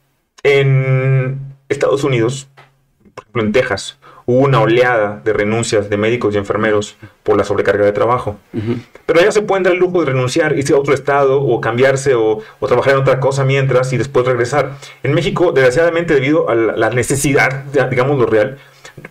en Estados Unidos, por ejemplo en Texas, hubo una oleada de renuncias de médicos y enfermeros por la sobrecarga de trabajo. Uh-huh. Pero allá se pueden dar el lujo de renunciar, irse a otro estado o cambiarse o, o trabajar en otra cosa mientras y después regresar. En México, desgraciadamente, debido a la, la necesidad, digamos lo real,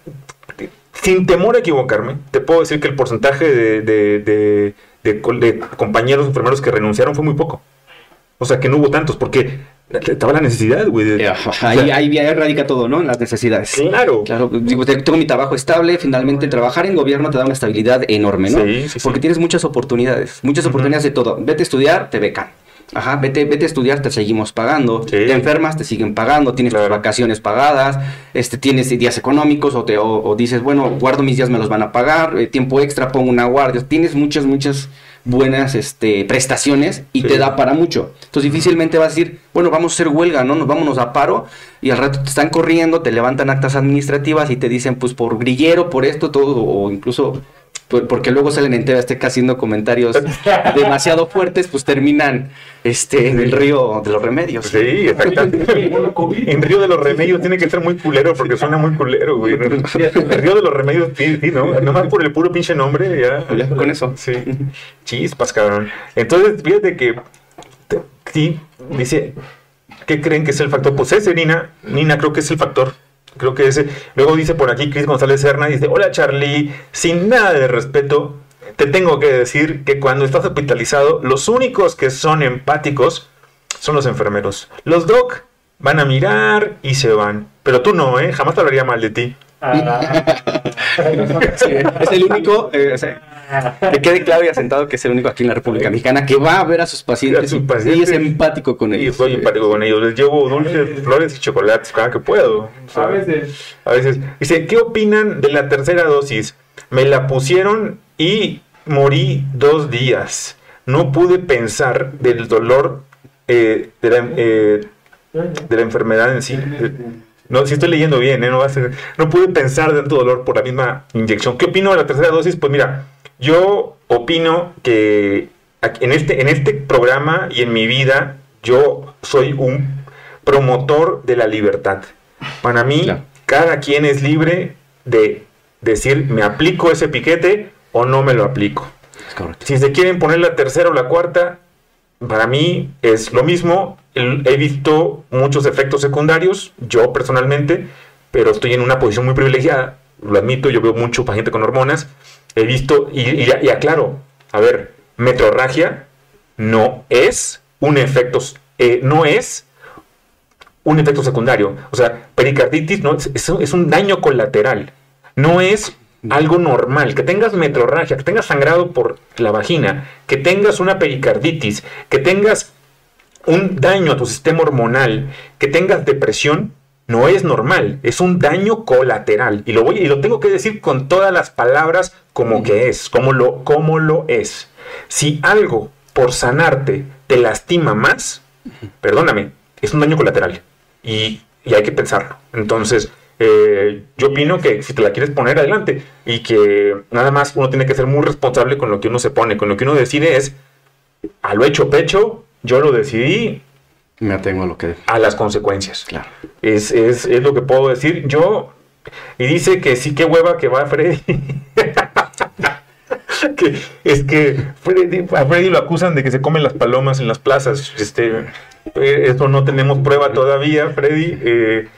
sin temor a equivocarme, te puedo decir que el porcentaje de, de, de, de, de compañeros enfermeros que renunciaron fue muy poco. O sea, que no hubo tantos, porque estaba la necesidad, güey. Ahí, o sea, ahí, ahí radica todo, ¿no? En las necesidades. Claro. Claro, digo, tengo mi trabajo estable, finalmente trabajar en gobierno te da una estabilidad enorme, ¿no? Sí, sí, porque sí. tienes muchas oportunidades, muchas uh-huh. oportunidades de todo. Vete a estudiar, te becan. Ajá, vete, vete a estudiar, te seguimos pagando. Sí. Te enfermas, te siguen pagando, tienes claro. tus vacaciones pagadas, este, tienes días económicos o, te, o, o dices, bueno, guardo mis días, me los van a pagar, eh, tiempo extra, pongo una guardia. Tienes muchas, muchas... buenas este, prestaciones y sí. te da para mucho. Entonces difícilmente vas a decir, bueno, vamos a hacer huelga, ¿no? Nos vámonos a paro y al rato te están corriendo, te levantan actas administrativas y te dicen, pues por grillero, por esto, todo, o incluso porque luego salen en T V Azteca haciendo comentarios demasiado fuertes, pues terminan este, en el río de los remedios. Sí, exactamente. En Río de los Remedios tiene que ser muy culero porque suena muy culero, güey. El Río de los Remedios, sí, sí, ¿no? Nomás por el puro pinche nombre, ya. ya con eso. Sí. Chispas, cabrón. Entonces, fíjate que, sí, dice, ¿qué creen que es el factor? Pues ese, Nina, Nina, creo que es el factor. Creo que ese. Luego dice por aquí Cris González Serna, dice, hola Charlie, sin nada de respeto, te tengo que decir que cuando estás hospitalizado, los únicos que son empáticos son los enfermeros. Los doc van a mirar y se van. Pero tú no, ¿eh? Jamás te hablaría mal de ti. Ah. Sí, es el único... Eh, o sea, Que quede claro y asentado que es el único aquí en la República Mexicana que va a ver a sus pacientes, A sus y- pacientes. y es empático con Y ellos. soy empático con ellos. Les llevo dulces, flores y chocolates cada que puedo. O sea, A veces. A veces. Dice, ¿qué opinan de la tercera dosis? Me la pusieron y morí dos días. No pude pensar del dolor eh, de, la, eh, de la enfermedad en sí. Eh, No, si estoy leyendo bien, ¿eh? no, va a ser- no pude pensar de tanto dolor por la misma inyección. ¿Qué opino de la tercera dosis? Pues mira, yo opino que aquí- en este, en este programa y en mi vida, yo soy un promotor de la libertad. Para mí, Claro. cada quien es libre de decir, me aplico ese piquete o no me lo aplico. Es correcto. Si se quieren poner la tercera o la cuarta, para mí es lo mismo. El- He visto muchos efectos secundarios, yo personalmente, pero estoy en una posición muy privilegiada, lo admito, yo veo mucho paciente con hormonas. He visto, y, y, y aclaro, a ver, metrorragia no es un efecto, eh, no es un efecto secundario. O sea, pericarditis no, es, es un- es un daño colateral. No es algo normal. Que tengas metrorragia, que tengas sangrado por la vagina, que tengas una pericarditis, que tengas un daño a tu sistema hormonal, que tengas depresión, no es normal. Es un daño colateral. Y lo, voy, y lo tengo que decir con todas las palabras como que es, como lo, como lo es. Si algo por sanarte te lastima más, perdóname, es un daño colateral. Y, y hay que pensarlo. Entonces, eh, yo opino que si te la quieres poner, adelante. Y que nada más uno tiene que ser muy responsable con lo que uno se pone. Con lo que uno decide es, a lo hecho pecho, yo lo decidí, Me atengo a lo que... a las consecuencias. Claro. Es, es, es lo que puedo decir. Yo, y dice que sí, qué hueva que va Freddy. que, es que Freddy, a Freddy lo acusan de que se comen las palomas en las plazas. Este, eh, eso no tenemos prueba todavía, Freddy. eh,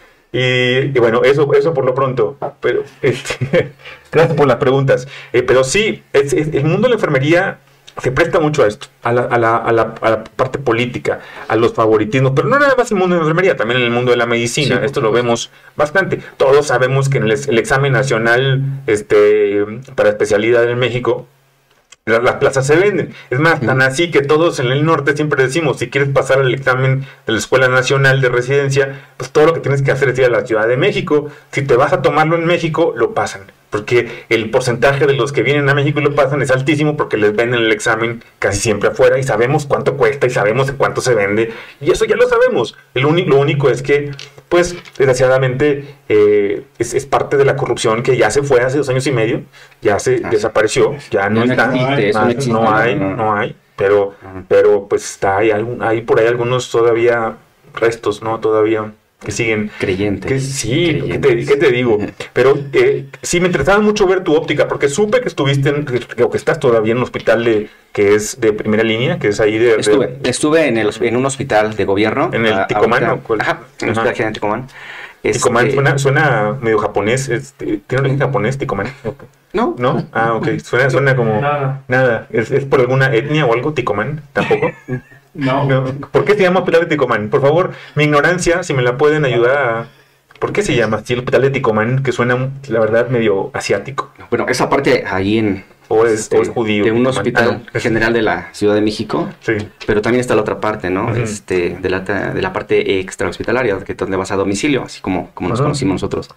y, y bueno, eso, eso por lo pronto. Pero este, gracias por las preguntas. Eh, pero sí, es- es- el mundo de la enfermería se presta mucho a esto, a la, a, la, a, la, a la parte política, a los favoritismos, pero no nada más en el mundo de la enfermería, también en el mundo de la medicina. Sí, esto lo vemos bastante. Todos sabemos que en el, el examen nacional este, para especialidad en México, las, las plazas se venden. Es más, tan así que todos en el norte siempre decimos, si quieres pasar el examen de la Escuela Nacional de Residencia, pues todo lo que tienes que hacer es ir a la Ciudad de México. Si te vas a tomarlo en México, lo pasan. Porque el porcentaje de los que vienen a México y lo pasan es altísimo porque les venden el examen casi siempre afuera y sabemos cuánto cuesta y sabemos en cuánto se vende. Y eso ya lo sabemos. El uni- lo único es que, pues, desgraciadamente, eh, es, es parte de la corrupción que ya se fue hace dos años y medio, ya se Ah, desapareció, ya no, Ya no está, existe, eso más, no existe. no hay, No, no. no hay, pero, Ajá. pero pues está, hay, algún, hay por ahí algunos todavía restos, ¿no? Todavía que siguen. Creyentes. Que sí, ¿qué te, Creyentes. qué te digo? Pero eh, sí me interesaba mucho ver tu óptica, porque supe que estuviste, en, que, o que estás todavía en un hospital de, que es de primera línea, que es ahí de... de- Estuve, estuve en, el, en un hospital de gobierno. ¿En el a- Ticomán ahorita- o cuál? Ajá, en el Ajá. hospital general Ticomán. Ticomán, Este, suena, suena medio japonés, este, ¿tiene origen japonés, Ticomán? Ok. No, ¿No? Ah, ok, suena, suena como... No, no. Nada, ¿Es, ¿es por alguna etnia o algo, Ticomán? ¿Tampoco? No. No. ¿Por qué se llama Hospital de Ticomán? Por favor, mi ignorancia, si me la pueden ayudar a... ¿Por qué se llama así el Hospital de Ticomán? Que suena, la verdad, medio asiático. bueno, esa parte ahí en... O es, este, o es judío. de un Ticomán. hospital Ah, no. general de la Ciudad de México. Sí. Pero también está la otra parte, ¿no? Ujú. Este, de la, de la parte extrahospitalaria, que es donde vas a domicilio, así como, como nos Ajá. conocimos nosotros.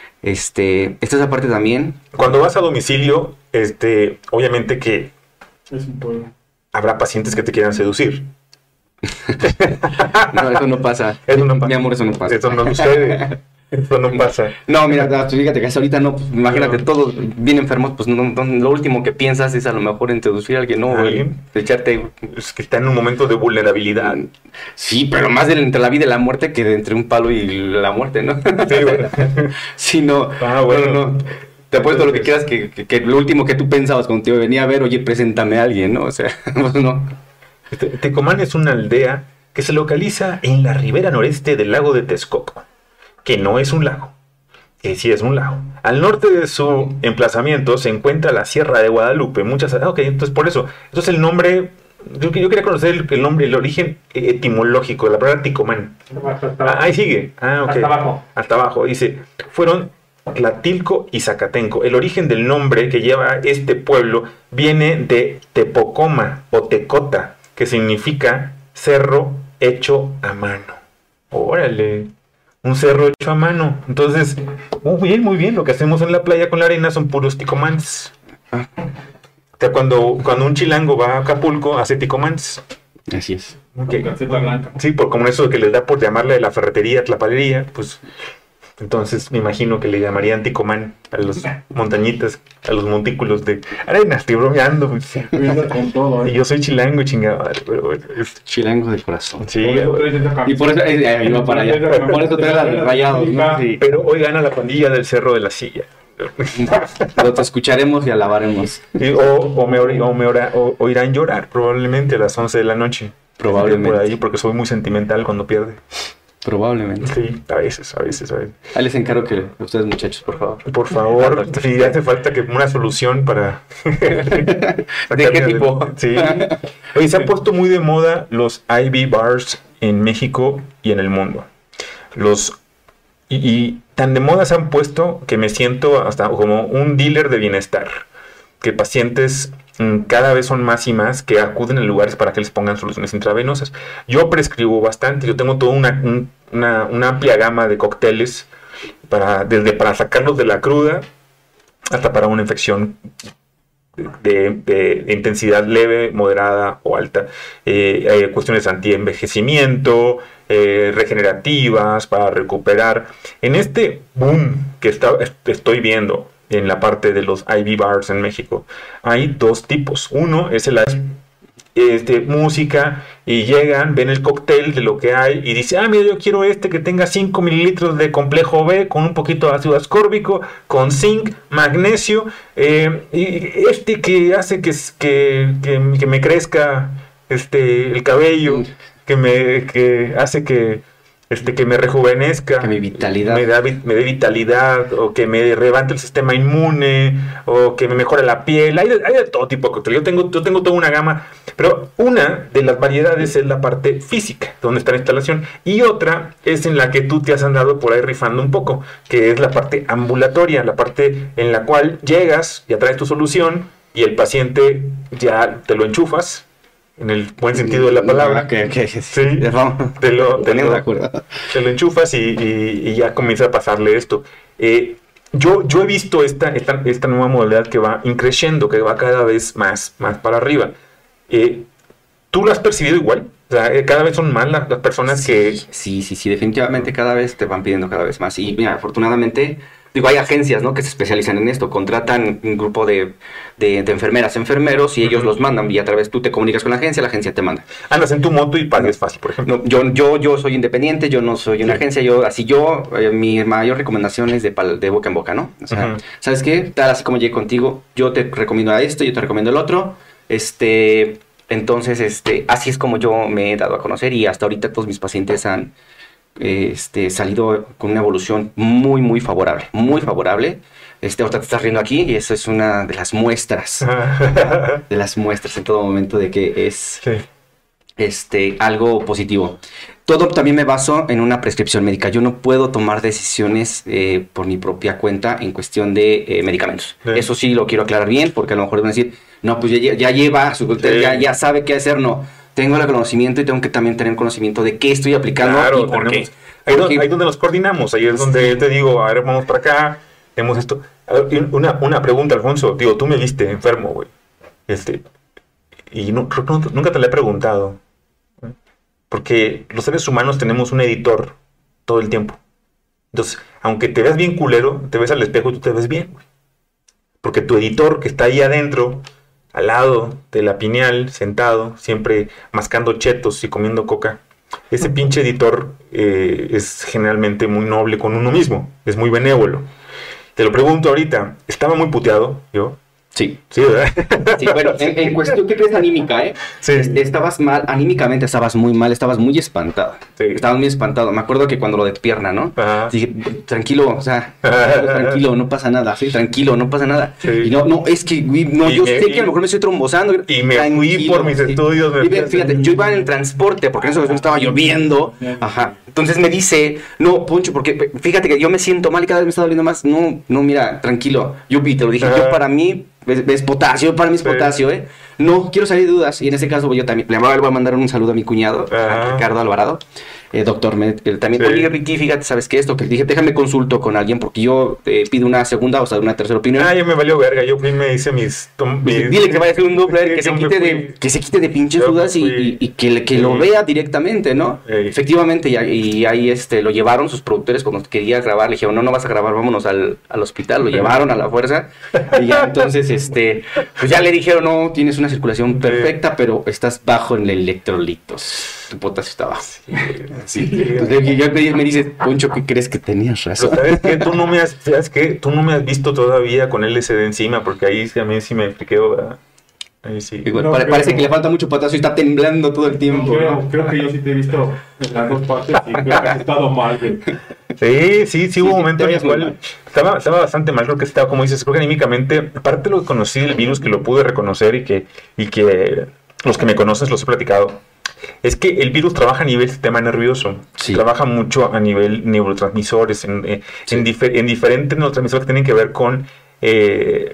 Este, esta es la parte también. Cuando vas a domicilio, este, obviamente que Es un pueblo. habrá pacientes que te quieran seducir. No, eso no pasa. Eso no pasa. Mi amor, eso no pasa. Eso no sucede. Eso no pasa. No, mira, pues fíjate que hasta ahorita no, pues, imagínate, No. todos bien enfermos, pues no, no, lo último que piensas es a lo mejor en seducir a alguien, ¿no? ¿A alguien? Echarte... Es que está en un momento de vulnerabilidad. Sí, pero más del, entre la vida y la muerte que de entre un palo y la muerte, ¿no? Sí, bueno. Sí, no. Ah, bueno. No, no. Te apuesto lo que quieras que, que, que lo último que tú pensabas cuando te venía a ver, oye, preséntame a alguien, ¿no? O sea, pues no. Este, Tecomán es una aldea que se localiza en la ribera noreste del lago de Texcoco, que no es un lago, que sí es un lago. Al norte de su emplazamiento se encuentra la Sierra de Guadalupe. Muchas, ah, ok, entonces por eso, eso es el nombre. Yo, yo quería conocer el, el nombre, el origen etimológico de la palabra Ticomán. Hasta Ah, abajo. ahí sigue. Ah, ok. Hasta abajo. Hasta abajo. Dice, fueron Tlatilco y Zacatenco. El origen del nombre que lleva este pueblo viene de Tepocoma o Tecota, que significa cerro hecho a mano. Órale, un cerro hecho a mano. Entonces, muy bien, muy bien. Lo que hacemos en la playa con la arena son puros ticomanes. O sea, cuando, cuando un chilango va a Acapulco, hace ticomanes. Así es. Okay. Con calceta blanca. Sí, por como eso que les da por llamarle la ferretería, tlapalería, pues entonces me imagino que le llamarían ticomán a los montañitas, a los montículos de arena. Estoy bromeando. Pues. Con todo, ¿eh? Y yo soy chilango, chingada, pero bueno, es- Chilango de corazón. sí. Por eso traes esa Y por eso, eh, eh, iba para allá. Por eso trae las rayados, ¿no? Sí. Pero hoy gana la pandilla del Cerro de la Silla. Pero te escucharemos y alabaremos. Sí, o, o, me, ori- o, me ora- o- o irán a llorar probablemente a las once de la noche. Probablemente. Por ahí, porque soy muy sentimental cuando pierde. Probablemente. Sí, a veces, a veces, a veces. Ahí les encargo que ustedes, muchachos, por favor. Por favor, si hace falta que una solución para... ¿De qué tipo? Sí. Oye, se ha puesto muy de moda los I V bars en México y en el mundo. Los... Y, y tan de moda se han puesto que me siento hasta como un dealer de bienestar. Que pacientes mm, cada vez son más y más que acuden a lugares para que les pongan soluciones intravenosas. Yo prescribo bastante, yo tengo toda una, un- una, una amplia gama de cócteles para, desde para sacarlos de la cruda hasta para una infección de, de- de intensidad leve, moderada o alta. Eh, hay cuestiones anti-envejecimiento, eh, regenerativas, para recuperar. En este boom que está, est- estoy viendo en la parte de los I V bars en México, hay dos tipos. Uno es el este, música y llegan, ven el cóctel de lo que hay y dicen, ah, mira, yo quiero este que tenga cinco mililitros de complejo B con un poquito de ácido ascórbico, con zinc, magnesio, eh, y este que hace que, que, que, que me crezca este, el cabello, que me que hace que, este, que me rejuvenezca, Que mi vitalidad. me, da, vi- me dé vitalidad, o que me levante el sistema inmune, o que me mejore la piel. Hay de, hay de todo tipo de cóctel. Yo tengo, yo tengo toda una gama, pero una de las variedades es la parte física, donde está la instalación, y otra es en la que tú te has andado por ahí rifando un poco, que es la parte ambulatoria, la parte en la cual llegas, ya traes tu solución, y el paciente ya te lo enchufas, en el buen sentido de la palabra. Ok, ok. Sí. Vamos. Te lo, te Poniendo lo- de acuerdo. te lo enchufas y, y- y ya comienza a pasarle esto. Eh, yo, yo he visto esta, esta, esta nueva modalidad que va increciendo, que va cada vez más, más para arriba. Eh, ¿Tú lo has percibido igual? O sea, eh, cada vez son más las, las personas que... Sí, sí, sí, definitivamente cada vez te van pidiendo cada vez más. Y mira, afortunadamente, digo, hay agencias, ¿no?, que se especializan en esto. Contratan un grupo de, de, de enfermeras, enfermeros, y ellos Ujú. los mandan. Y a través tú te comunicas con la agencia, la agencia te manda. Andas en tu moto y pagues fácil, por ejemplo. No, yo, yo, yo soy independiente, yo no soy una Sí. agencia, yo, así yo, eh, mi mayor recomendación es de, pal- de boca en boca, ¿no? O sea, Ujú. ¿sabes qué? Tal, así como llegué contigo, yo te recomiendo a esto, yo te recomiendo el otro, este, entonces, este, así es como yo me he dado a conocer, y hasta ahorita todos mis pacientes han, eh, este, salido con una evolución muy, muy favorable, muy favorable. Este, ahorita te estás riendo aquí, y eso es una de las muestras, de las muestras en todo momento de que es Sí. este, algo positivo. Todo también me baso en una prescripción médica. Yo no puedo tomar decisiones eh, por mi propia cuenta en cuestión de eh, medicamentos. Sí. Eso sí lo quiero aclarar bien, porque a lo mejor van a decir, no, pues ya, lle- ya lleva su Sí. ya, ya sabe qué hacer. No, tengo el conocimiento y tengo que también tener conocimiento de qué estoy aplicando Claro, y por qué. tenemos- ahí, Porque- do- ahí donde nos coordinamos, ahí es donde te digo, a ver, vamos para acá, tenemos esto. A ver, y Una, una pregunta, Alfonso, digo, tú me viste enfermo, güey. Este, y no, creo que no- nunca te la he preguntado. ¿eh? Porque los seres humanos tenemos un editor todo el tiempo. Entonces, aunque te veas bien culero, te ves al espejo y tú te ves bien, güey. Porque tu editor que está ahí adentro, al lado de la pineal, sentado, siempre mascando chetos y comiendo coca, ese pinche editor eh, es generalmente muy noble con uno mismo, es muy benévolo. Te lo pregunto ahorita, estaba muy puteado yo, Sí. Sí, ¿verdad? Sí, bueno, en, en cuestión, ¿qué crees anímica, eh? Sí. Este, estabas mal, anímicamente estabas muy mal, estabas muy espantado. Sí. Estabas muy espantado. Me acuerdo que cuando lo de pierna, ¿no? Ajá. Dije, tranquilo, o sea, tranquilo, no pasa nada, sí, tranquilo, no pasa nada. Sí. Y no, no, es que, güey, no, Y yo me- sé y- que a lo mejor me estoy trombosando. y me fui por mis estudios, me Y fui ve, a- fíjate, yo iba en el transporte, porque en esa ocasión estaba lloviendo. Ajá. Entonces me dice, no, Poncho, porque fíjate que yo me siento mal y cada vez me está doliendo más. No, no, mira, tranquilo. Yo y te lo dije, Ajá. yo para mí es, es potasio, para mí es Sí. potasio, ¿eh? No, quiero salir de dudas. Y en este caso yo también le voy a mandar un saludo a mi cuñado, Ajá. a Ricardo Alvarado. Eh, doctor, me, él también, Sí. oye Ricky, fíjate, ¿sabes qué? Esto que dije, déjame consulto con alguien porque yo eh, pido una segunda, o sea, una tercera opinión. Ah, ya me valió verga. Yo fui y me hice mis... tom- Dice, mis- dile que vaya a hacer un Doppler, que se Yo me quite de, fui. que se quite de pinches Yo me dudas y, fui. y- y que, le- que Sí. lo vea directamente, ¿no? Ey. Efectivamente, y, ahí- y ahí este, lo llevaron sus productores cuando quería grabar, le dijeron, no, no vas a grabar, vámonos al, al hospital, lo llevaron a la fuerza, y ya entonces, este, pues ya le dijeron, no, tienes una circulación perfecta, pero estás bajo en electrolitos, tu potasio está bajo. Sí. Entonces, yo me me dice, Poncho, ¿qué crees que tenías Pero razón? ¿sabes qué? Tú no me has, ¿sabes qué? Tú no me has visto todavía con L S D encima, porque ahí sí a mí sí me friqueo, ¿verdad? Ahí sí. Y bueno, No, pare- pero- parece que le falta mucho potasio y está temblando todo el No, tiempo, creo, ¿no? creo que yo sí te he visto en las dos partes y creo que has estado mal, güey. Sí, sí, sí hubo sí, un momento te en el ves muy cual mal. estaba, estaba bastante mal, creo que estaba, como dices, creo que anímicamente, aparte de lo que conocí del virus, que lo pude reconocer y que, y que los que me conoces los he platicado, es que el virus trabaja a nivel sistema nervioso, Sí. trabaja mucho a nivel neurotransmisores, en, eh, Sí. en, difer- en diferentes neurotransmisores que tienen que ver con... eh,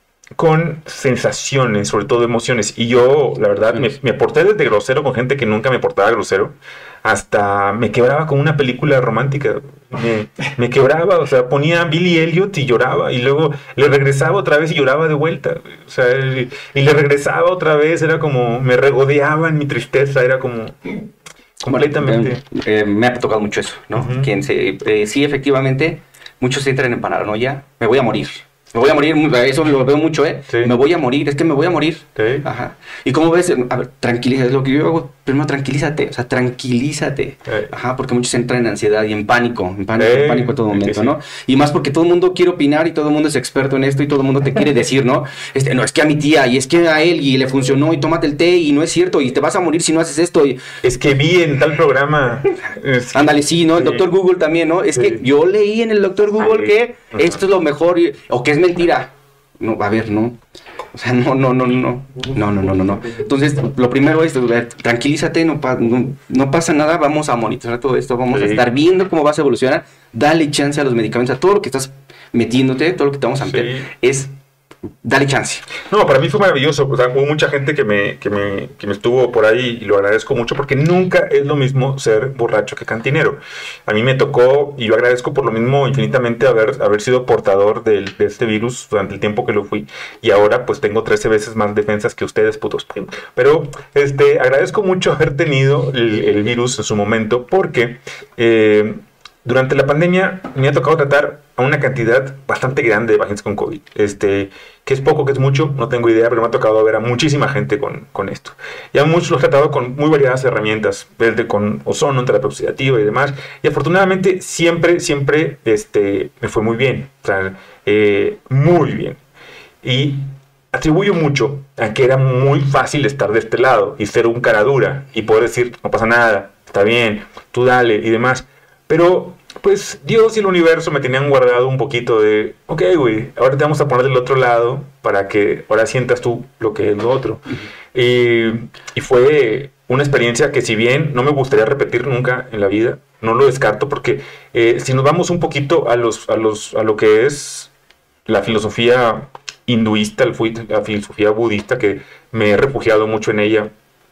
con sensaciones, sobre todo emociones. Y yo, la verdad, me, me porté desde grosero con gente que nunca me portaba grosero, hasta me quebraba con una película romántica. Me, me quebraba, o sea, ponía a Billy Elliot y lloraba, y luego le regresaba otra vez y lloraba de vuelta. O sea, y, y le regresaba otra vez, era como, me regodeaba en mi tristeza, era como completamente... Bueno, eh, eh, me ha tocado mucho eso, ¿no? Ujú. Quien se, eh, sí, efectivamente, muchos entran en paranoia. Me voy a morir. Me voy a morir, eso lo veo mucho, ¿eh? Sí. Me voy a morir, es que me voy a morir. Sí. Ajá. Y como ves, a ver, tranquiliza, es lo que yo hago. Primero, tranquilízate, o sea, tranquilízate. Eh. Ajá, porque muchos entran en ansiedad y en pánico, en pánico, Eh, en pánico a todo es que momento, sí. ¿no? Y más porque todo el mundo quiere opinar y todo el mundo es experto en esto y todo el mundo te quiere decir, ¿no? Este, no, es que a mi tía y es que a él y le funcionó y tómate el té y no es cierto y te vas a morir si no haces esto y Es que vi en tal programa... es- ándale, sí, ¿no? El Sí. doctor Google también, ¿no? Es Sí. que yo leí en el doctor Google Ahí. que Ajá. esto es lo mejor y- o que es mentira. No, a ver, no. O sea, no, no, no, no. No, no, no, no, no. Entonces, lo primero es, a ver, tranquilízate, no, pa- no, no pasa nada, vamos a monitorar todo esto, vamos a Sí. estar viendo cómo vas a evolucionar. Dale chance a los medicamentos, a todo lo que estás metiéndote, todo lo que te vamos a meter, Sí. es dale chance. No, para mí fue maravilloso. O sea, hubo mucha gente que me, que, me, que me estuvo por ahí y lo agradezco mucho porque nunca es lo mismo ser borracho que cantinero. A mí me tocó, y yo agradezco por lo mismo infinitamente haber, haber sido portador del, de este virus durante el tiempo que lo fui. Y ahora pues tengo trece veces más defensas que ustedes, putos. Pero este, agradezco mucho haber tenido el, el virus en su momento porque... Eh, durante la pandemia me ha tocado tratar a una cantidad bastante grande de pacientes con COVID. Este, que es poco, que es mucho, no tengo idea, pero me ha tocado ver a muchísima gente con, con esto. Y a muchos los he tratado con muy variadas herramientas, desde con ozono, terapia oxidativa y demás. Y afortunadamente siempre, siempre este, me fue muy bien. O sea, eh, muy bien. Y atribuyo mucho a que era muy fácil estar de este lado y ser un cara dura y poder decir, no pasa nada, está bien, tú dale y demás. Pero, pues, Dios y el universo me tenían guardado un poquito de, ok, güey, ahora te vamos a poner del otro lado para que ahora sientas tú lo que es lo otro. Y, y fue una experiencia que si bien no me gustaría repetir nunca en la vida, no lo descarto porque eh, si nos vamos un poquito a, los, a, los, a lo que es la filosofía hinduista, la filosofía budista, que me he refugiado mucho en ella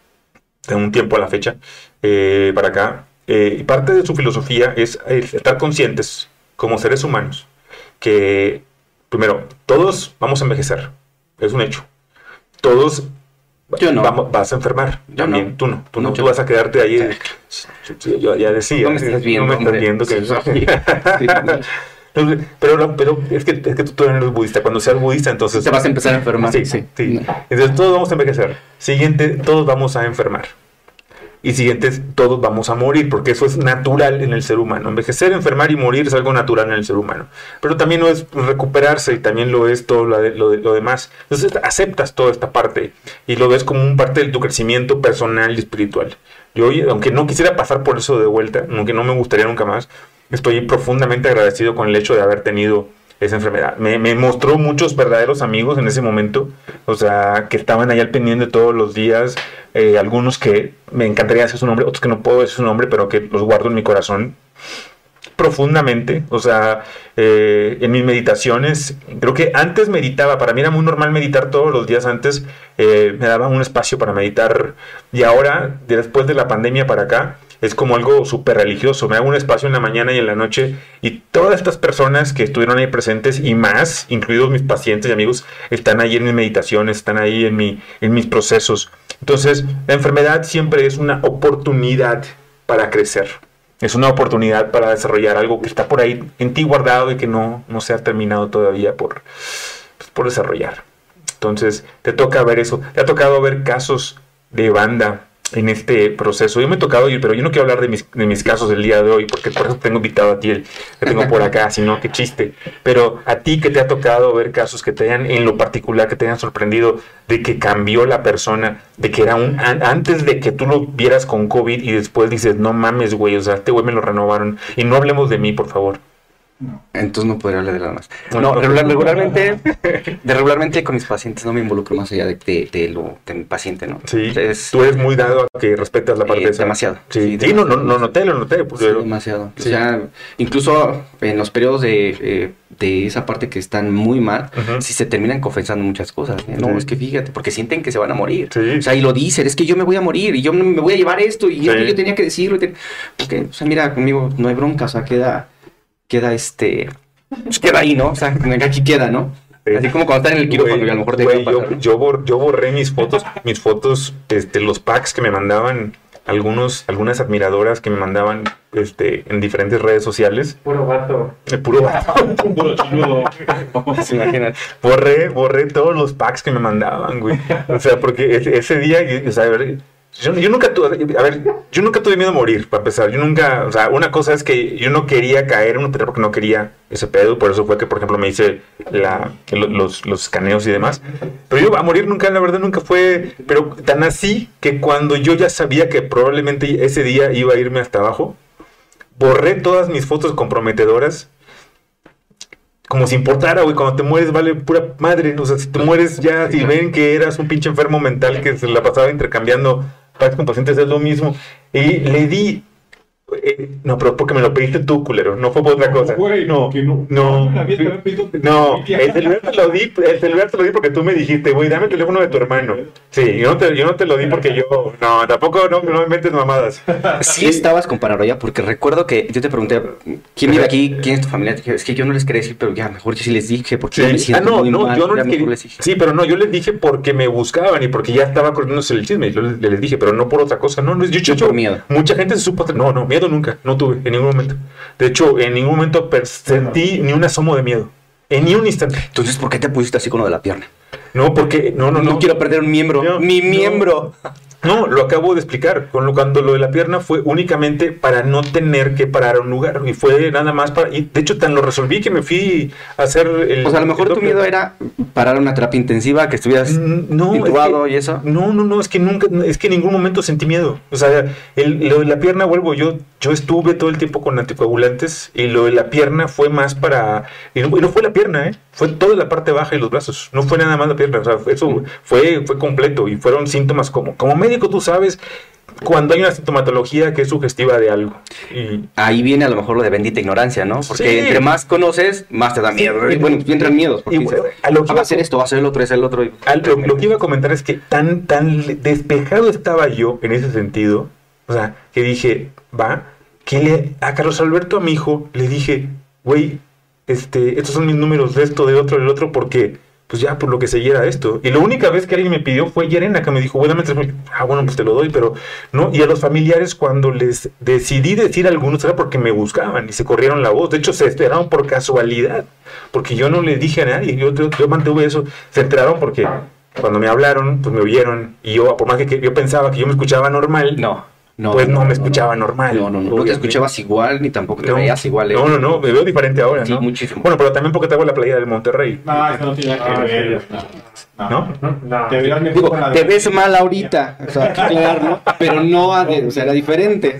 de un tiempo a la fecha, eh, para acá, Eh, y parte de su filosofía es, es estar conscientes como seres humanos que, primero, todos vamos a envejecer, es un hecho. Todos Yo no. vamos, vas a enfermar, Yo también, no. tú no, tú no, No, tú yo vas a quedarte ahí. Sí. Sí, yo ya decía, No me estás viendo, no me estás hombre. viendo que... Sí, sí. Sí. Entonces, pero, no, pero es que, es que tú todavía no eres budista. Cuando seas budista, entonces... Te vas a empezar a enfermar. Sí, sí, sí. Entonces todos vamos a envejecer. Siguiente, todos vamos a enfermar. y siguientes, todos vamos a morir, porque eso es natural en el ser humano. Envejecer, enfermar y morir es algo natural en el ser humano. Pero también lo es pues, recuperarse y también lo es todo lo, de, lo, de, lo demás. Entonces aceptas toda esta parte y lo ves como un parte de tu crecimiento personal y espiritual. Yo, aunque no quisiera pasar por eso de vuelta, aunque no me gustaría nunca más, estoy profundamente agradecido con el hecho de haber tenido esa enfermedad. Me, me mostró muchos verdaderos amigos en ese momento, o sea, que estaban ahí al pendiente todos los días, eh, algunos que me encantaría decir su nombre, otros que no puedo decir su nombre, pero que los guardo en mi corazón profundamente. O sea, eh, en mis meditaciones, creo que antes meditaba, para mí era muy normal meditar todos los días antes, eh, me daba un espacio para meditar, y ahora, después de la pandemia para acá, es como algo súper religioso. Me hago un espacio en la mañana y en la noche, y todas estas personas que estuvieron ahí presentes y más, incluidos mis pacientes y amigos, están ahí en mis meditaciones, están ahí en, mi, en mis procesos. Entonces, la enfermedad siempre es una oportunidad para crecer. Es una oportunidad para desarrollar algo que está por ahí en ti guardado y que no, no se ha terminado todavía por, pues, por desarrollar. Entonces, te toca ver eso. Te ha tocado ver casos de banda en este proceso. Yo me he tocado ir, pero yo no quiero hablar de mis, de mis casos del día de hoy, porque por eso tengo invitado a ti, el que tengo por acá, sino qué chiste. Pero a ti, que te ha tocado ver casos que te hayan, en lo particular, que te hayan sorprendido, de que cambió la persona, de que era un, an, antes de que tú lo vieras con COVID y después dices, no mames, güey, o sea, este güey me lo renovaron. Y no hablemos de mí, por favor. No. Entonces no podría hablar de nada más. No, no regular, regularmente, de regularmente con mis pacientes no me involucro más allá de, de, de lo de mi paciente, ¿no? Sí. Entonces, tú eres muy dado a que respetas la parte eh, de esa. Demasiado. Sí, sí, demasiado. sí, no, no, no noté, lo noté. Pues, sí, demasiado. Sí. O sea, incluso en los periodos de, eh, de esa parte que están muy mal, uh-huh. sí se terminan confesando muchas cosas. ¿eh? No, sí. es que fíjate, porque sienten que se van a morir. Sí. O sea, y lo dicen, es que yo me voy a morir y yo me voy a llevar esto y sí. yo, yo tenía que decirlo. Porque, o sea, mira, conmigo no hay bronca, o sea, queda, queda este... Pues queda ahí, ¿no? O sea, aquí queda, ¿no? Así como cuando están en el quirófano, y a lo mejor te güey, yo, yo, bor, yo borré mis fotos, mis fotos, este, los packs que me mandaban algunos, algunas admiradoras que me mandaban este, en diferentes redes sociales. Puro vato. Eh, puro vato. Puro chiludo. Imagínate. Borré, borré todos los packs que me mandaban, güey. O sea, porque ese, ese día, o sea, a ver, Yo, yo nunca tuve, a ver, yo nunca tuve miedo a morir, para empezar. Yo nunca, o sea, una cosa es que yo no quería caer en un pedo porque no quería ese pedo. Por eso fue que, por ejemplo, me hice la, los, los escaneos y demás. Pero yo a morir nunca, la verdad, nunca fue. Pero tan así que cuando yo ya sabía que probablemente ese día iba a irme hasta abajo, borré todas mis fotos comprometedoras. Como si importara, güey, cuando te mueres vale pura madre. O sea, si te mueres ya, si ven que eras un pinche enfermo mental que se la pasaba intercambiando packs con pacientes, es lo mismo. Y le di... Eh, no, pero porque me lo pediste tú, culero. No fue por otra cosa. No, güey, no, no. No, no, pedido, no el celular te lo di, el celular te lo di porque tú me dijiste, güey, dame el teléfono de tu hermano. Sí, yo no te, yo no te lo di porque yo, no, tampoco no, no me metes mamadas. Sí estabas con paranoia, porque recuerdo que yo te pregunté, ¿quién vive aquí? ¿Quién es tu familia? Te dije, es que yo no les quería decir, pero ya, mejor yo sí les dije, porque sí. yo me siento ah, no, muy no, mal, yo no les quería, les dije. Sí, pero no, yo les dije porque me buscaban y porque ya estaba corriéndose el chisme, yo les, les dije, pero no por otra cosa, no, no, yo, yo, yo, por miedo. Mucha gente se supo, no, no, miedo nunca, no tuve. En ningún momento. De hecho, en ningún momento sentí ni un asomo de miedo. En ni un instante. Entonces, ¿por qué te pusiste así con lo de la pierna? No, porque... No, no, no. No quiero perder un miembro. No, Mi no. miembro. No, lo acabo de explicar. Con lo, cuando lo de la pierna fue únicamente para no tener que parar a un lugar. Y fue nada más para... Y de hecho, tan lo resolví que me fui a hacer el... O sea, a lo mejor tu miedo era parar una terapia intensiva, que estuvieras no, intubado es que, y eso. No, no, no, es que nunca... Es que en ningún momento sentí miedo. O sea, el, lo de la pierna, vuelvo, yo, yo estuve todo el tiempo con anticoagulantes y lo de la pierna fue más para... Y no, y no fue la pierna, ¿eh? Fue toda la parte baja y los brazos. No fue nada más la pierna. O sea, eso fue, fue completo y fueron síntomas como... Como médico tú sabes cuando hay una sintomatología que es sugestiva de algo. Y... Ahí viene a lo mejor lo de bendita ignorancia, ¿no? Porque sí. entre más conoces, más te da miedo. Sí. Bueno, entran miedos. Porque y, dices, a lo que ah, va a hacer esto, va a hacer el otro, es el otro. Y... A lo, lo que iba a comentar es que tan, tan despejado estaba yo en ese sentido. O sea, que dije, va, que le, a Carlos Alberto, a mi hijo, le dije, güey, este, estos son mis números de esto, de otro, del otro, porque... pues ya por lo que se era esto. Y la única vez que alguien me pidió fue Yerena, que me dijo, bueno, ah, bueno, pues te lo doy, pero no. Y a los familiares, cuando les decidí decir a algunos, era porque me buscaban y se corrieron la voz. De hecho, se enteraron por casualidad, porque yo no les dije a nadie. Yo, yo, yo mantuve eso. Se enteraron porque cuando me hablaron, pues me oyeron. Y yo, por más que, que yo pensaba que yo me escuchaba normal, no. No, pues no, no, me no, escuchaba no. normal. No, no, no, no te obviamente. escuchabas igual, ni tampoco te No, veías igual. ¿eh? No, no, no, me veo diferente ahora, Sí, ¿no? muchísimo. Bueno, pero también porque traigo la playera del Monterrey. No, eso no tiene nada que ver. ¿No? No, te verías mejor Digo, con la te de- ves mal ahorita, o sea, hay que aclararlo, pero no, a de- o sea, era diferente.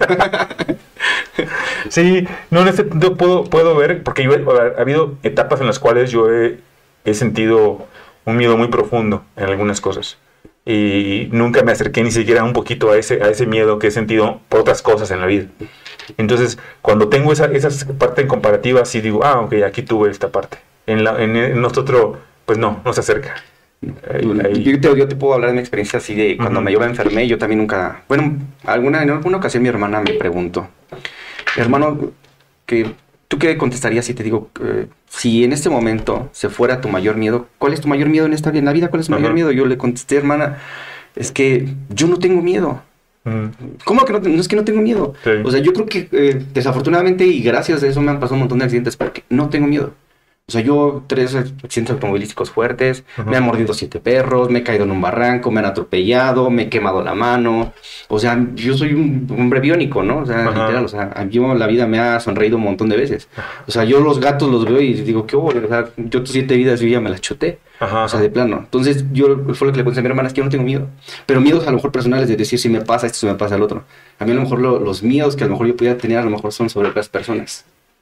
Sí, no, en este punto puedo, puedo ver, porque yo, ha habido etapas en las cuales yo he, he sentido un miedo muy profundo en algunas cosas. Y nunca me acerqué ni siquiera un poquito a ese, a ese miedo que he sentido por otras cosas en la vida. Entonces, cuando tengo esa, esa parte en comparativa, sí digo, ah, ok, aquí tuve esta parte. En, la, en, en nosotros, pues no, no se acerca. Ahí- ahí- Yo te, yo te puedo hablar de mi experiencia así de cuando Ujú. me yo me enfermé, yo también nunca, bueno, alguna, en alguna ocasión mi hermana me preguntó, hermano, que, ¿tú qué contestarías si te digo, eh, si en este momento se fuera tu mayor miedo, ¿cuál es tu mayor miedo en esta vida, en la vida? ¿Cuál es tu mayor Ajá. miedo? Yo le contesté, hermana, es que yo no tengo miedo. Mm, ¿Cómo que no, te- no es que no tengo miedo? Sí. O sea, yo creo que eh, desafortunadamente y gracias a eso me han pasado un montón de accidentes porque no tengo miedo. O sea, yo tres accidentes automovilísticos fuertes, Ujú. me han mordido siete perros, me he caído en un barranco, me han atropellado, me he quemado la mano. O sea, yo soy un hombre biónico, ¿no? O sea, Ajá. literal, o sea, yo la vida me ha sonreído un montón de veces. O sea, yo los gatos los veo y digo, ¿qué hubo? O sea, yo tus siete vidas yo ya me las choté. Ajá, O sea, de plano. Entonces, yo fue lo que le conté a mi hermana, es que yo no tengo miedo. Pero miedos a lo mejor personales de decir si me pasa esto, si me pasa el otro. A mí a lo mejor lo- los miedos que a lo mejor yo pudiera tener a lo mejor son sobre otras personas.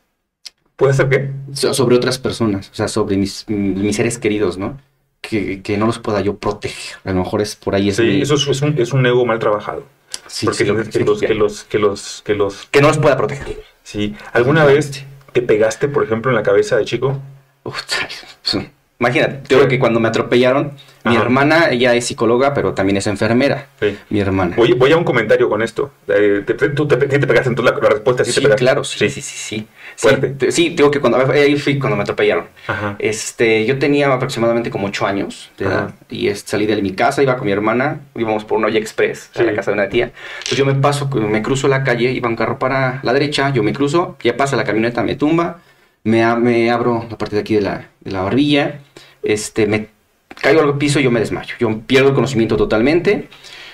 ¿Puede ser qué? So- sobre otras personas, o sea, sobre mis, mis seres queridos, ¿no? Que, que no los pueda yo proteger. A lo mejor es por ahí es Sí, mi- eso es, es un, es un ego mal trabajado. sí, Porque sí, tienes que, sí, los, ya. que, los, que, los, que los... Que no los pueda proteger. Sí. ¿Alguna vez te pegaste, por ejemplo, en la cabeza de chico? Uf, imagínate, yo creo que cuando me atropellaron, mi Ajá. hermana, ella es psicóloga, pero también es enfermera. Sí. Mi hermana. Voy, voy a un comentario con esto. Eh, te, tú te, ¿sí te pegaste? Entonces la, la respuesta sí, Sí, te pegaste. claro, sí, sí, sí, sí. Sí, Fuerte. te- sí, digo que cuando ahí fui cuando me atropellaron. Ajá. Este, yo tenía aproximadamente como ocho años de edad Ajá. y este, salí de mi casa, iba con mi hermana, íbamos por un Olla Express a Sí. la casa de una tía. Entonces yo me paso, me cruzo la calle, iba un carro para la derecha, yo me cruzo, ya pasa la camioneta, me tumba, me, a- me abro la parte de aquí de la, de la barbilla, este, me caigo al piso y yo me desmayo. Yo pierdo el conocimiento totalmente.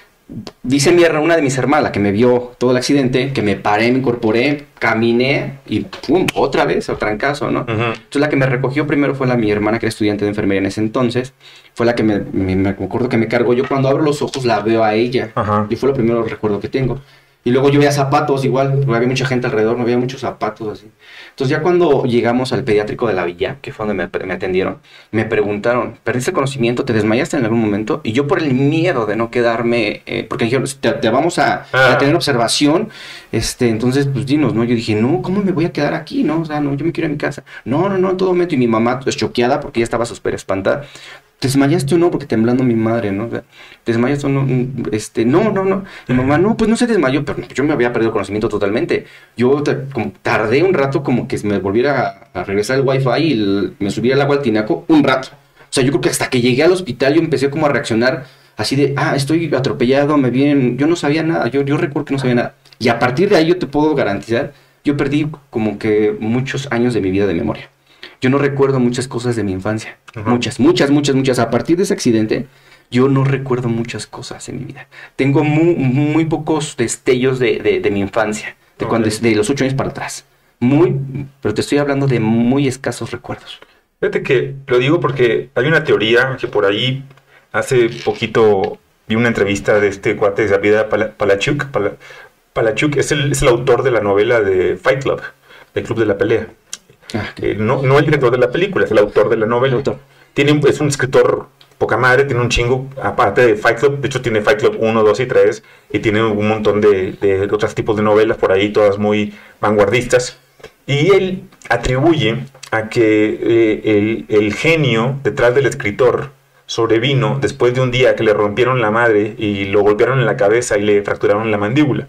Dice mi, her- una de mis hermanas, la que me vio todo el accidente, que me paré, me incorporé, caminé y ¡pum! Otra vez, al trancazo, ¿no? Ujú. Entonces la que me recogió primero fue la mi hermana, que era estudiante de enfermería en ese entonces. Fue la que me, me, me acuerdo que me cargó. Yo cuando abro los ojos la veo a ella. Ajá. Y fue lo primero recuerdo que tengo. Y luego yo veía zapatos igual, porque había mucha gente alrededor, no había muchos zapatos así. Entonces ya cuando llegamos al pediátrico de la Villa, que fue donde me, me atendieron, me preguntaron, ¿perdiste el conocimiento? ¿Te desmayaste en algún momento? Y yo por el miedo de no quedarme, eh, porque dijeron, te, te vamos a, Ah. a tener observación, este, entonces pues dinos, ¿no? Yo dije, no, ¿cómo me voy a quedar aquí? No, o sea, no, yo me quiero ir a mi casa. No, no, no, en todo momento. Y mi mamá, pues choqueada, porque ella estaba súper espantada. ¿Te desmayaste o no? Porque temblando mi madre, ¿no? O sea, ¿te desmayaste o no? Mm, Este, no, no, no. Mi mamá, no, pues no se desmayó, pero yo me había perdido conocimiento totalmente. Yo ta- como tardé un rato como que me volviera a, a regresar el wifi y el- me subiera al agua al tinaco un rato. O sea, yo creo que hasta que llegué al hospital yo empecé como a reaccionar así de, ah, estoy atropellado, me vienen, yo no sabía nada, yo, yo recuerdo que no sabía nada. Y a partir de ahí yo te puedo garantizar, yo perdí como que muchos años de mi vida de memoria. Yo no recuerdo muchas cosas de mi infancia. Ajá. Muchas, muchas, muchas, muchas. A partir de ese accidente, yo no recuerdo muchas cosas en mi vida. Tengo muy, muy pocos destellos de, de, de mi infancia, de, cuando, Ok. de los ocho años para atrás. Muy, pero te estoy hablando de muy escasos recuerdos. Fíjate que lo digo porque hay una teoría que por ahí hace poquito vi una entrevista de este cuate de David Pala- Palachuk. Pala- Palachuk es el, es el autor de la novela de Fight Club, el Club de la Pelea. Ah, Eh, no, no el director de la película, es el autor de la novela. El autor. Tiene, un- es un escritor poca madre, tiene un chingo, aparte de Fight Club, de hecho tiene Fight Club uno, dos y tres, y tiene un montón de, de otros tipos de novelas por ahí, todas muy vanguardistas. Y él atribuye a que eh, el, el genio detrás del escritor sobrevino después de un día que le rompieron la madre y lo golpearon en la cabeza y le fracturaron la mandíbula.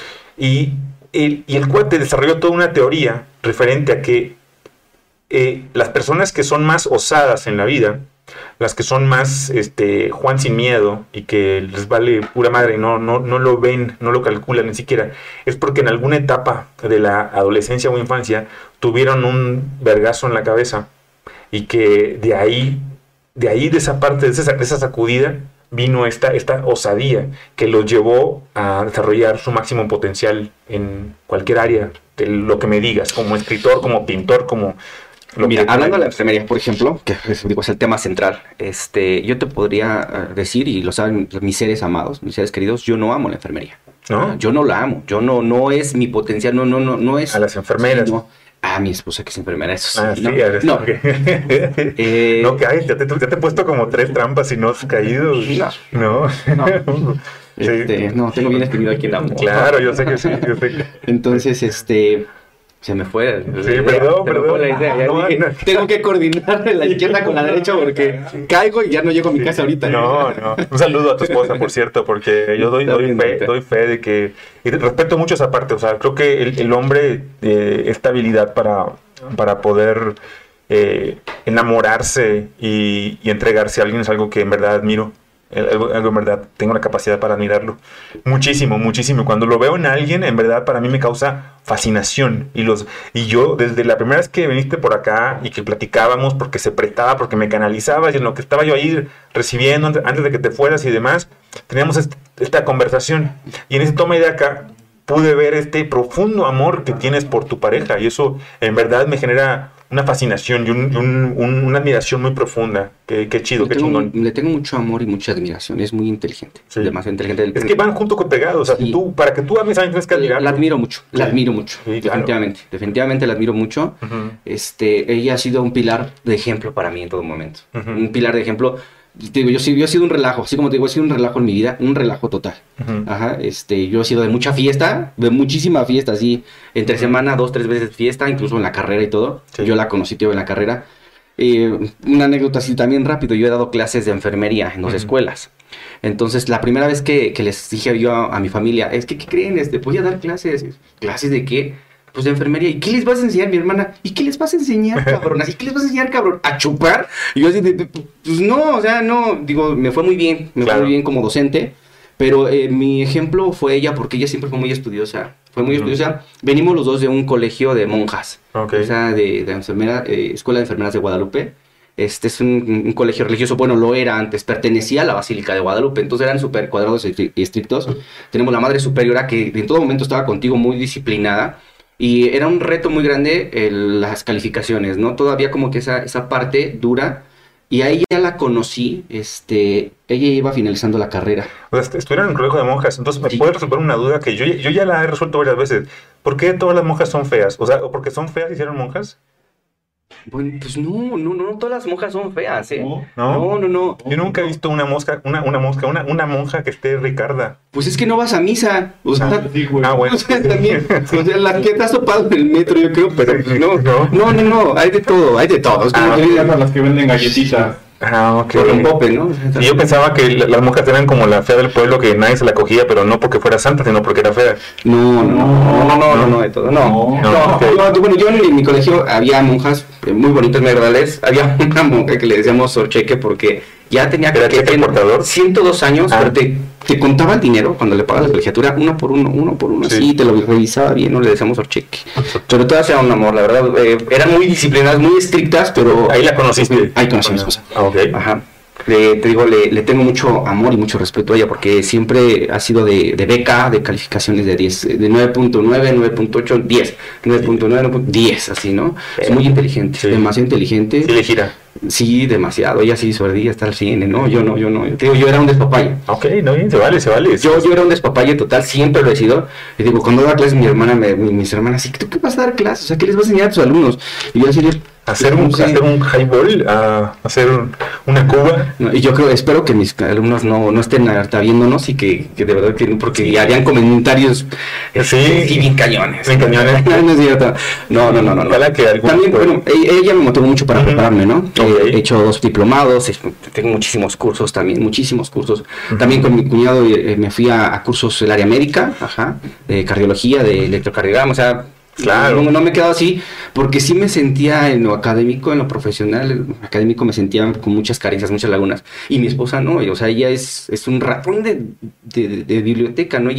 Y el, y el cuate desarrolló toda una teoría referente a que eh, las personas que son más osadas en la vida, las que son más este, Juan sin miedo y que les vale pura madre y no, no, no lo ven, no lo calculan ni siquiera, es porque en alguna etapa de la adolescencia o infancia tuvieron un vergazo en la cabeza y que de ahí, de ahí de esa parte, de esa, de esa sacudida, vino esta, esta osadía que los llevó a desarrollar su máximo potencial en cualquier área de lo que me digas, como escritor, como pintor, como... Lo Mira, que hablando de la enfermería, por ejemplo, que es, digo, es el tema central, este, yo te podría decir, y lo saben mis seres amados, mis seres queridos, yo no amo la enfermería. ¿No? Yo no la amo, yo no, no es mi potencial, no, no, no, no es... A las enfermeras. No, a mi esposa que es enfermera, eso sí. Ah, sí, no, eres no. eh, no caes, ya te, ya te he puesto como tres trampas y no has caído. No. No. no. Sí. Este, no, tengo bien definido aquí el amor. Claro, yo sé que sí, yo sé que... Entonces, este... Se me fue. Sí, perdón, se perdón. Me fue la idea. Ya no, dije, no. Tengo que coordinar la izquierda con la derecha porque caigo y ya no llego a mi casa ahorita. No, no. Un saludo a tu esposa, por cierto, porque yo doy, doy, fe, doy fe de que... Y respeto mucho esa parte. O sea, creo que el, el hombre, eh, esta habilidad para, para poder eh, enamorarse y, y entregarse a alguien es algo que en verdad admiro. Algo, algo en verdad, tengo la capacidad para admirarlo muchísimo, muchísimo. Cuando lo veo en alguien, en verdad para mí me causa fascinación. Y, los, y yo, desde la primera vez que viniste por acá y que platicábamos, porque se prestaba, porque me canalizabas, y en lo que estaba yo ahí recibiendo antes, antes de que te fueras y demás, teníamos este, esta conversación. Y en ese toma de acá pude ver este profundo amor que tienes por tu pareja. Y eso en verdad me genera una fascinación y un, un, un, una admiración muy profunda. Qué, qué chido, le qué tengo, chingón. Le tengo mucho amor y mucha admiración. Es muy inteligente. Sí. Demasiado inteligente. Es que van junto con pegados. O sea, sí. tú, para que tú ames a alguien tienes que admirarlo. La admiro mucho. La sí. admiro mucho. Sí, definitivamente. Claro. Definitivamente la admiro mucho. Uh-huh. este, ella ha sido un pilar de ejemplo para mí en todo momento. Uh-huh. Un pilar de ejemplo. Te digo, yo, yo he sido un relajo, así como te digo, he sido un relajo en mi vida, un relajo total. Uh-huh. Ajá, este, yo he sido de mucha fiesta, de muchísima fiesta, así, entre semana, dos, tres veces fiesta, incluso en la carrera y todo. Sí. Yo la conocí, tío, en la carrera. Eh, una anécdota así también rápido, yo he dado clases de enfermería en dos uh-huh. escuelas. Entonces, la primera vez que, que les dije yo a, a mi familia, es que, ¿qué creen? Este, voy a dar clases. ¿Clases de qué? Pues de enfermería. ¿Y qué les vas a enseñar, mi hermana? ¿Y qué les vas a enseñar, cabrón? ¿Y qué les vas a enseñar, cabrón? ¿A chupar? Y yo así de, pues no, o sea, no, digo, me fue muy bien, me claro. fue muy bien como docente, pero eh, mi ejemplo fue ella, porque ella siempre fue muy estudiosa, fue muy uh-huh. estudiosa. Venimos los dos de un colegio de monjas, okay. o sea, de, de enfermera, eh, Escuela de Enfermeras de Guadalupe. Este es un, un colegio religioso, bueno, lo era antes, pertenecía a la Basílica de Guadalupe, entonces eran súper cuadrados y estrictos. Tenemos la Madre Superiora que en todo momento estaba contigo, muy disciplinada. Y era un reto muy grande el, las calificaciones, ¿no? Todavía como que esa, esa parte dura. Y a ella la conocí, este, ella iba finalizando la carrera. O sea, estuvieron en un colegio de monjas, entonces me sí. puede resolver una duda que yo, yo ya la he resuelto varias veces. ¿Por qué todas las monjas son feas? O sea, ¿o porque son feas hicieron monjas? Bueno, pues no, no, no, todas las monjas son feas, ¿eh? No, no, no. no. Yo nunca he visto una mosca, una, una mosca, una, una monja que esté Ricarda. Pues es que no vas a misa. O sea, ah, sí, güey. Ah, bueno. O sea, también, o sea, la que te has topado en el metro, yo creo, pero no, no, no, no, no, hay de todo, hay de todo. Es como ah, que llaman las que venden galletitas. Ah, ok. Por un pope, ¿no? Y yo pensaba que las monjas eran como la fea del pueblo, que nadie se la cogía, pero no porque fuera santa, sino porque era fea. No, no, no, no, no, no, no, de todo. No, no, no, okay. no bueno, yo en mi colegio había monjas muy bonitas, muy agradables. Había una monja que le decíamos Sor Cheque porque ya tenía que tener ciento dos años, ah. pero te, te contaba el dinero cuando le pagabas la colegiatura, uno por uno, uno por uno, sí, así te lo revisaba bien, no le decíamos Sor Cheque. Pero todas eran un amor, la verdad. Eh, eran muy disciplinadas, muy estrictas, pero... Ahí la conociste. Ahí conocí a mi esposa. Ah, ok. Ajá. Le, te digo, le, le tengo mucho amor y mucho respeto a ella porque siempre ha sido de, de beca, de calificaciones de diez, de nueve punto nueve, nueve punto ocho, diez, nueve punto nueve, diez, así, ¿no? Sí. Es muy inteligente, sí. demasiado inteligente. Sí, le gira. Sí, demasiado. Ella sí, su ardilla está al cien, ¿no? Yo no, yo no. Te digo, yo era un despapalle. Ok, no, bien, se vale, se vale. Yo, yo era un despapalle total, siempre lo he sido. Y digo, cuando daba clases mi hermana, me, mis hermanas, ¿y tú qué vas a dar clases? O sea, ¿qué les vas a enseñar a tus alumnos? Y yo así de... Hacer un, sí. hacer un highball, uh, hacer un, una cuba. No, y yo creo, espero que mis alumnos no, no estén ahorita viéndonos y que, que de verdad que no, porque sí. harían comentarios sí. y bien cañones. Bien cañones. no, es cierto. no, no, no, no. Ojalá que algún También, puede... bueno, ella me motivó mucho para uh-huh. prepararme, ¿no? Okay. He hecho dos diplomados, tengo muchísimos cursos también, muchísimos cursos. Uh-huh. También con mi cuñado eh, me fui a, a cursos del área médica, ajá, de cardiología, de electrocardiograma, o sea... Claro. No, no me he quedado así, porque sí me sentía en lo académico, en lo profesional, en lo académico me sentía con muchas carencias, muchas lagunas. Y mi esposa no, o sea, ella es, es un ratón de, de, de biblioteca, ¿no? Ella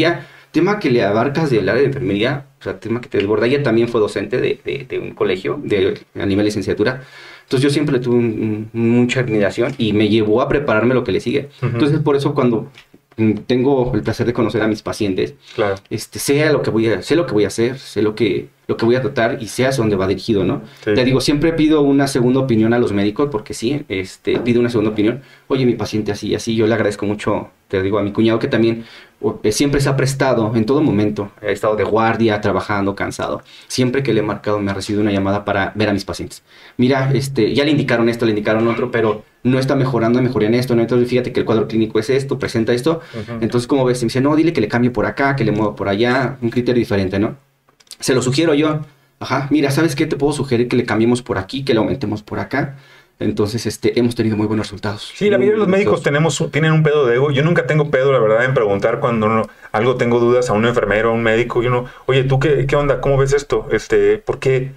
tema que le abarcas del área de enfermería, o sea, tema que te desborda. Ella también fue docente de, de, de un colegio de, a nivel licenciatura. Entonces yo siempre tuve un, un, mucha admiración y me llevó a prepararme lo que le sigue. Uh-huh. Entonces por eso cuando tengo el placer de conocer a mis pacientes, claro. este, sé lo que voy a, sé lo que voy a hacer, sé lo que, lo que voy a tratar y sé hacia dónde va dirigido, ¿no? Sí. Te digo, siempre pido una segunda opinión a los médicos, porque sí, este, pido una segunda opinión. Oye, mi paciente así, así, yo le agradezco mucho, te digo, a mi cuñado que también eh, siempre se ha prestado en todo momento. He estado de guardia, trabajando, cansado. Siempre que le he marcado me ha recibido una llamada para ver a mis pacientes. Mira, este, ya le indicaron esto, le indicaron otro, pero no está mejorando, mejoría en esto, ¿no? Entonces fíjate que el cuadro clínico es esto, presenta esto. Uh-huh. Entonces, ¿cómo ves? Y me dice, no, dile que le cambie por acá, que le mueva por allá, un criterio diferente, ¿no? Se lo sugiero yo. Ajá, mira, ¿sabes qué? Te puedo sugerir que le cambiemos por aquí, que le aumentemos por acá. Entonces, este, hemos tenido muy buenos resultados. Sí, la mayoría de los médicos tenemos, tienen un pedo de ego. Yo nunca tengo pedo, la verdad, en preguntar cuando no, algo tengo dudas a un enfermero, a un médico. Yo no, oye, ¿tú qué, qué onda? ¿Cómo ves esto? Este, ¿por qué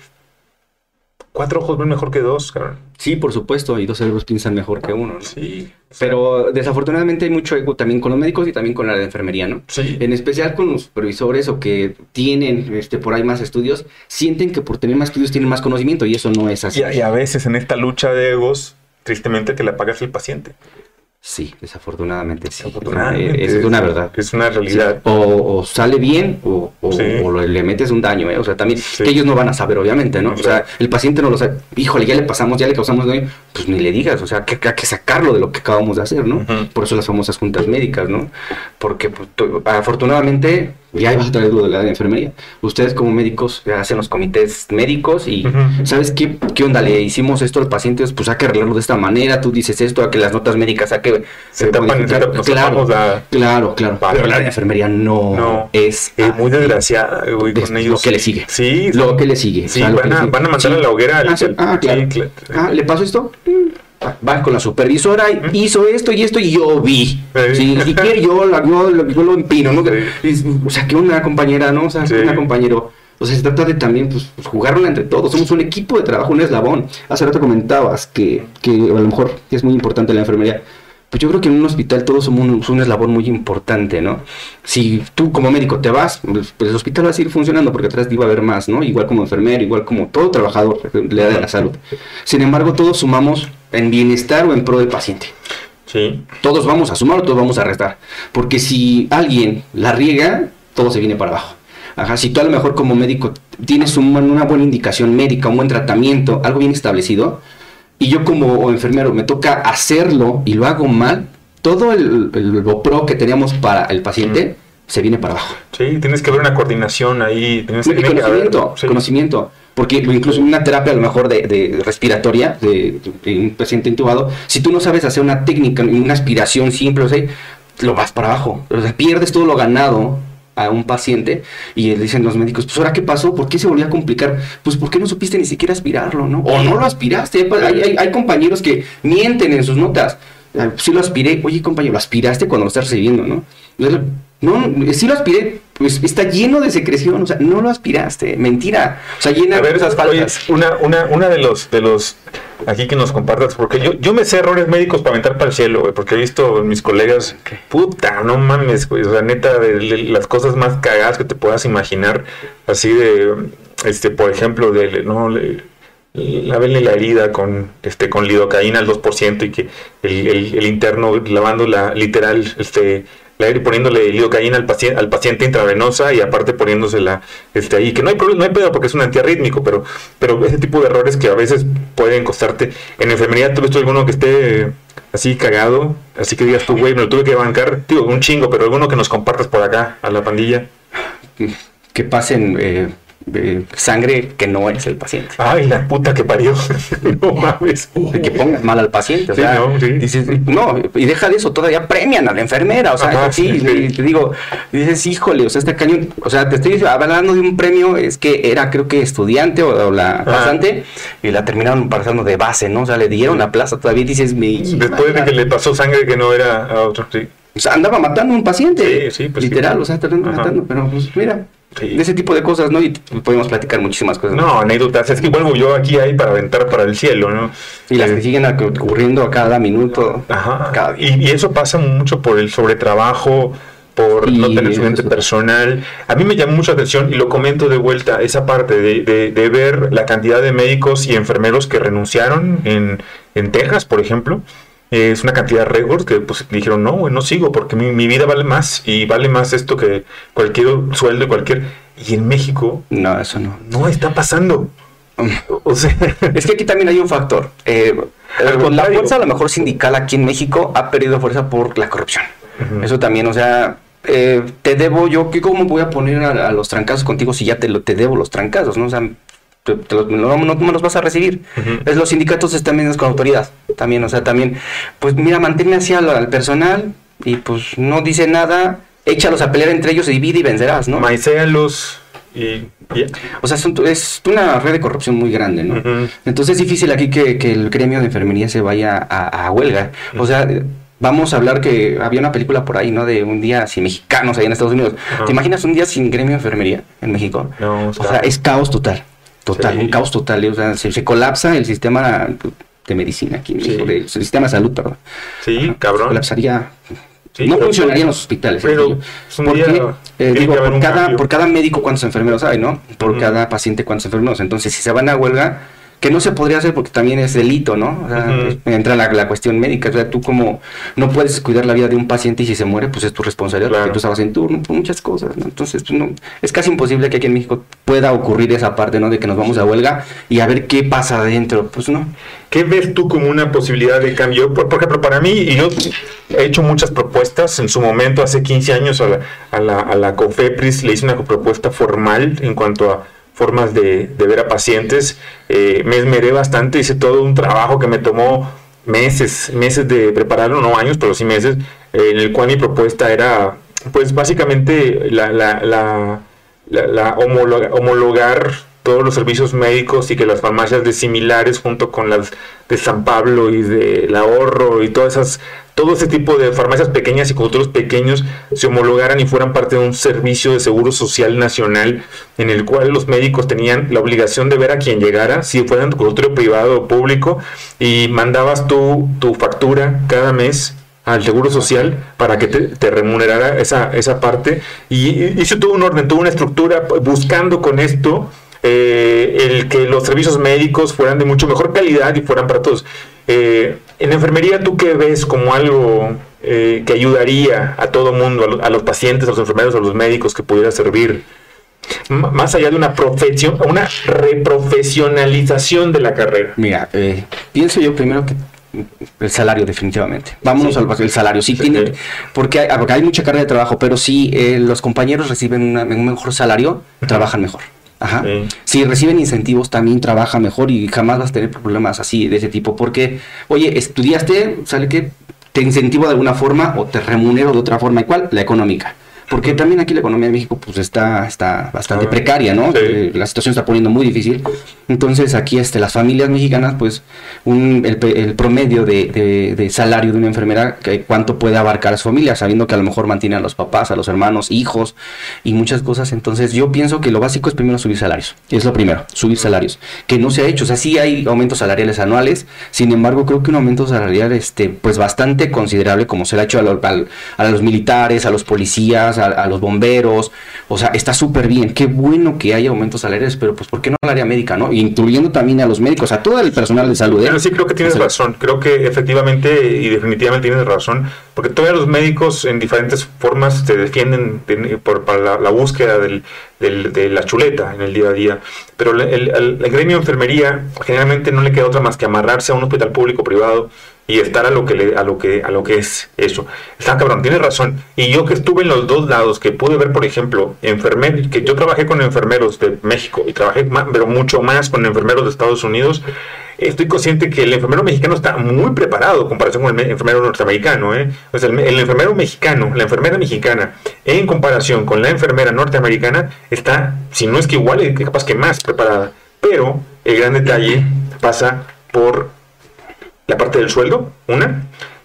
cuatro ojos ven mejor que dos, cabrón? Sí, por supuesto, y dos cerebros piensan mejor que uno, ¿no? Sí. Pero desafortunadamente hay mucho ego también con los médicos y también con la de enfermería, ¿no? Sí. En especial con los supervisores o que tienen este, por ahí más estudios, sienten que por tener más estudios tienen más conocimiento y eso no es así. Y, y a veces en esta lucha de egos, tristemente que la paga es el paciente. Sí, desafortunadamente sí. Desafortunadamente, es, es una verdad. Es una realidad. Sí. O, o sale bien o, o, sí. o le metes un daño, ¿eh? O sea, también, sí. que ellos no van a saber, obviamente, ¿no? Claro. O sea, el paciente no lo sabe. Híjole, ya le pasamos, ya le causamos daño. Pues ni le digas, o sea, que hay que sacarlo de lo que acabamos de hacer, ¿no? Uh-huh. Por eso las famosas juntas médicas, ¿no? Porque pues, afortunadamente, ya vas a traer lo de la enfermería. Ustedes como médicos hacen los comités médicos y, uh-huh. ¿sabes qué? ¿Qué onda? Le hicimos esto al paciente, pues hay que arreglarlo de esta manera. Tú dices esto, a que las notas médicas, a que... Se tapan, se tapan, nos claro, la... claro, claro. Vale. Pero la de enfermería no, no es... Es muy desgraciada, güey, con ellos. Lo que le sigue. Sí. Lo que le sigue. Sí, o sea, van, a, van a mandar sí. a la hoguera. Al, ah, sí. ah, claro. Sí, claro. Ah, ¿le pasó esto? Va con la supervisora, y ¿Mm? hizo esto y esto y yo vi. Sí. Si quiere yo, la, yo, yo, yo lo empino, ¿no? Sí. O sea, que una compañera, ¿no? O sea, sí. una compañero... O sea, se trata de también pues, pues, jugarla entre todos. Somos un equipo de trabajo, un eslabón. Hace rato comentabas que, que a lo mejor es muy importante la enfermería. Pues yo creo que en un hospital todos somos un, un eslabón muy importante, ¿no? Si tú como médico te vas, pues el hospital va a seguir funcionando porque atrás iba a haber más, ¿no? Igual como enfermero, igual como todo trabajador de la salud. Sin embargo, todos sumamos en bienestar o en pro del paciente. Sí. Todos vamos a sumar o todos vamos a restar. Porque si alguien la riega, todo se viene para abajo. Ajá, si tú a lo mejor como médico tienes un, una buena indicación médica, un buen tratamiento, algo bien establecido, y yo como enfermero me toca hacerlo y lo hago mal, todo el, el, el pro que teníamos para el paciente mm. se viene para abajo. Sí, tienes que ver una coordinación ahí. Tienes y conocimiento, que haber, sí. conocimiento. Porque incluso una terapia a lo mejor de, de respiratoria, de, de un paciente intubado, si tú no sabes hacer una técnica, una aspiración simple, o sea, lo vas para abajo. O sea, pierdes todo lo ganado a un paciente y le dicen los médicos, pues ahora qué pasó, ¿por qué se volvió a complicar? Pues ¿por qué no supiste ni siquiera aspirarlo, no? O no lo aspiraste. Hay, hay, hay compañeros que mienten en sus notas. Sí lo aspiré. Oye, compañero, ¿lo aspiraste cuando lo estás recibiendo, no? No, sí lo aspiré, pues está lleno de secreción, o sea, no lo aspiraste, mentira. O sea, llena a ver, de esas faltas. Oye, una, una, una de los, de los, aquí que nos compartas, porque yo, yo me sé errores médicos para aventar para el cielo, güey, porque he visto a mis colegas, okay. puta, no mames, güey, o sea, neta, de, de las cosas más cagadas que te puedas imaginar, así de, este, por ejemplo, de, no, le, lavenle la herida con este con lidocaína al dos por ciento y que el, el, el interno lavando la literal este la poniéndole lidocaína al paciente al paciente intravenosa y aparte poniéndosela este ahí, que no hay problema, no hay pedo porque es un antiarrítmico, pero pero ese tipo de errores que a veces pueden costarte. En enfermería, ¿tú ves alguno que esté así cagado, así que digas tú, güey, me lo tuve que bancar? Digo, un chingo, pero alguno que nos compartas por acá a la pandilla. Que pasen eh... de sangre que no es el paciente. Ay, la puta que parió. No mames. De que pongas mal al paciente. O sí, sea, no, sí. dices, no, y deja de eso, todavía premian a la enfermera. O sea, ajá, sí, sí, sí. Te digo, dices, híjole, o sea, este cañón. O sea, te estoy hablando de un premio, es que era, creo que estudiante o, o la pasante, y la terminaron pasando de base, ¿no? O sea, le dieron la plaza, todavía dices, me. Después de que le pasó sangre que no era a otro, sí. O sea, andaba matando a un paciente. Sí, sí, pues literal, sí. O sea, terminó matando, pero pues mira. Sí. De ese tipo de cosas, ¿no? Y podemos platicar muchísimas cosas. No, anécdotas. Es que vuelvo yo aquí ahí para aventar para el cielo, ¿no? Y las eh, que siguen ocurriendo a cada minuto. Ajá. Cada y, y eso pasa mucho por el sobretrabajo, por Sí, no tener suficiente eso. personal. A mí me llamó mucho la atención y lo comento de vuelta, esa parte de, de, de ver la cantidad de médicos y enfermeros que renunciaron en, en Texas, por ejemplo. Eh, es una cantidad récord que pues dijeron, no, güey, no sigo porque mi, mi vida vale más y vale más esto que cualquier sueldo y cualquier... Y en México No, eso no. no está pasando. O sea, Es que aquí también hay un factor. Eh, Al la contrario. fuerza a lo mejor sindical aquí en México ha perdido fuerza por la corrupción. Ujú. Eso también, o sea, eh, te debo yo, ¿qué cómo voy a poner a, a los trancazos contigo si ya te, lo, te debo los trancazos, ¿no? O sea, te, te los, no, no me los vas a recibir. Ujú. Es, los sindicatos están medidos con autoridad también, o sea, también, pues mira, manténme así al, al personal y pues no dice nada, échalos a pelear entre ellos, divide y vencerás, ¿no? maicéalos y ya. O sea, es, un- es una red de corrupción muy grande, ¿no? Ujú. Entonces es difícil aquí que, que el gremio de enfermería se vaya a, a huelga. O sea, vamos a hablar que había una película por ahí, ¿no? De un día sin mexicanos allá en Estados Unidos. Ajá. ¿Te imaginas un día sin gremio de enfermería en México? No, O sea, es caos total. Total, Sí. un caos total. O sea, se, se colapsa el sistema de medicina aquí en Sí. México, de- el sistema de salud, perdón. Sí, cabrón. Colapsaría. Sí, no pero- funcionarían los hospitales. pero, sencillo. pues, un Porque, día eh, tiene digo, que haber por un cada, cambio. por cada médico, ¿cuántos enfermeros hay, no? Por Ujú. cada paciente, ¿cuántos enfermeros? Entonces, si se van a huelga, que no se podría hacer porque también es delito, ¿no? O sea, Ujú. entra la, la cuestión médica. O sea, tú como no puedes cuidar la vida de un paciente y si se muere, pues es tu responsabilidad Claro. porque tú estabas en turno, por muchas cosas, ¿no? Entonces, pues, no, es casi imposible que aquí en México pueda ocurrir esa parte, ¿no? De que nos vamos a huelga y a ver qué pasa adentro. Pues no. ¿Qué ves tú como una posibilidad de cambio? Por, por ejemplo, para mí, y yo he hecho muchas propuestas en su momento, hace quince años, a la, a la, a la COFEPRIS le hice una propuesta formal en cuanto a formas de, de ver a pacientes. Eh, me esmeré bastante, hice todo un trabajo que me tomó meses, meses de prepararlo, no años, pero sí meses, eh, en el cual mi propuesta era, pues básicamente, la, la, la, la, la homologa- homologar todos los servicios médicos y que las farmacias de similares junto con las de San Pablo y del Ahorro y todas esas, todo ese tipo de farmacias pequeñas y consultorios pequeños se homologaran y fueran parte de un servicio de seguro social nacional en el cual los médicos tenían la obligación de ver a quien llegara, si fuera en tu consultorio privado o público, y mandabas tú tu factura cada mes al Seguro Social para que te, te remunerara esa, esa parte, y hizo todo un orden, toda una estructura buscando con esto eh, el que los servicios médicos fueran de mucho mejor calidad y fueran para todos. Eh, en enfermería, ¿tú qué ves como algo eh, que ayudaría a todo mundo, a, lo- a los pacientes, a los enfermeros, a los médicos, que pudiera servir? M- más allá de una profesión, una reprofesionalización de la carrera. Mira, eh, pienso yo primero que el salario definitivamente. Vámonos Sí. al el salario. Sí, Sí. tiene, porque, hay, porque hay mucha carga de trabajo, pero si eh, los compañeros reciben una- un mejor salario, trabajan mejor. Ajá. Sí. Si reciben incentivos, también trabaja mejor y jamás vas a tener problemas así de ese tipo. Porque, oye, estudiaste, sale que te incentivo de alguna forma o te remunero de otra forma. ¿Y cuál? La económica. Porque también aquí la economía de México pues está, está bastante Ah, precaria, ¿no? sí. Eh, la situación está poniendo muy difícil. Entonces aquí este, las familias mexicanas, pues un, el, pe- el promedio de, de- de salario de una enfermera, que cuánto puede abarcar a su familia, sabiendo que a lo mejor mantiene a los papás, a los hermanos, hijos y muchas cosas. Entonces yo pienso que lo básico es primero subir salarios. Es lo primero, subir salarios. Que no se ha hecho. O sea, sí hay aumentos salariales anuales. Sin embargo, creo que un aumento salarial este, pues bastante considerable, como se le ha hecho a, lo- al- a los militares, a los policías, a, a los bomberos. O sea, está súper bien. Qué bueno que haya aumentos salariales, pero pues ¿por qué no al área médica, no? Incluyendo también a los médicos, a todo el personal de salud. ¿eh? Pero sí creo que tienes O sea, razón, creo que efectivamente y definitivamente tienes razón, porque todavía los médicos en diferentes formas se defienden de- por, para la, la búsqueda del, del- de la chuleta en el día a día, pero el, el- el- el gremio de enfermería generalmente no le queda otra más que amarrarse a un hospital público o privado y estar a lo que le, a lo que a lo que es eso. Está cabrón, tienes razón. Y yo que estuve en los dos lados, que pude ver, por ejemplo, enfermeros, que yo trabajé con enfermeros de México y trabajé más, pero mucho más con enfermeros de Estados Unidos. Estoy consciente que el enfermero mexicano está muy preparado en comparación con el me- enfermero norteamericano, ¿eh? O sea, el, me- el enfermero mexicano, la enfermera mexicana, en comparación con la enfermera norteamericana, está, si no es que igual, es que capaz que más preparada. Pero el gran detalle pasa por la parte del sueldo, una,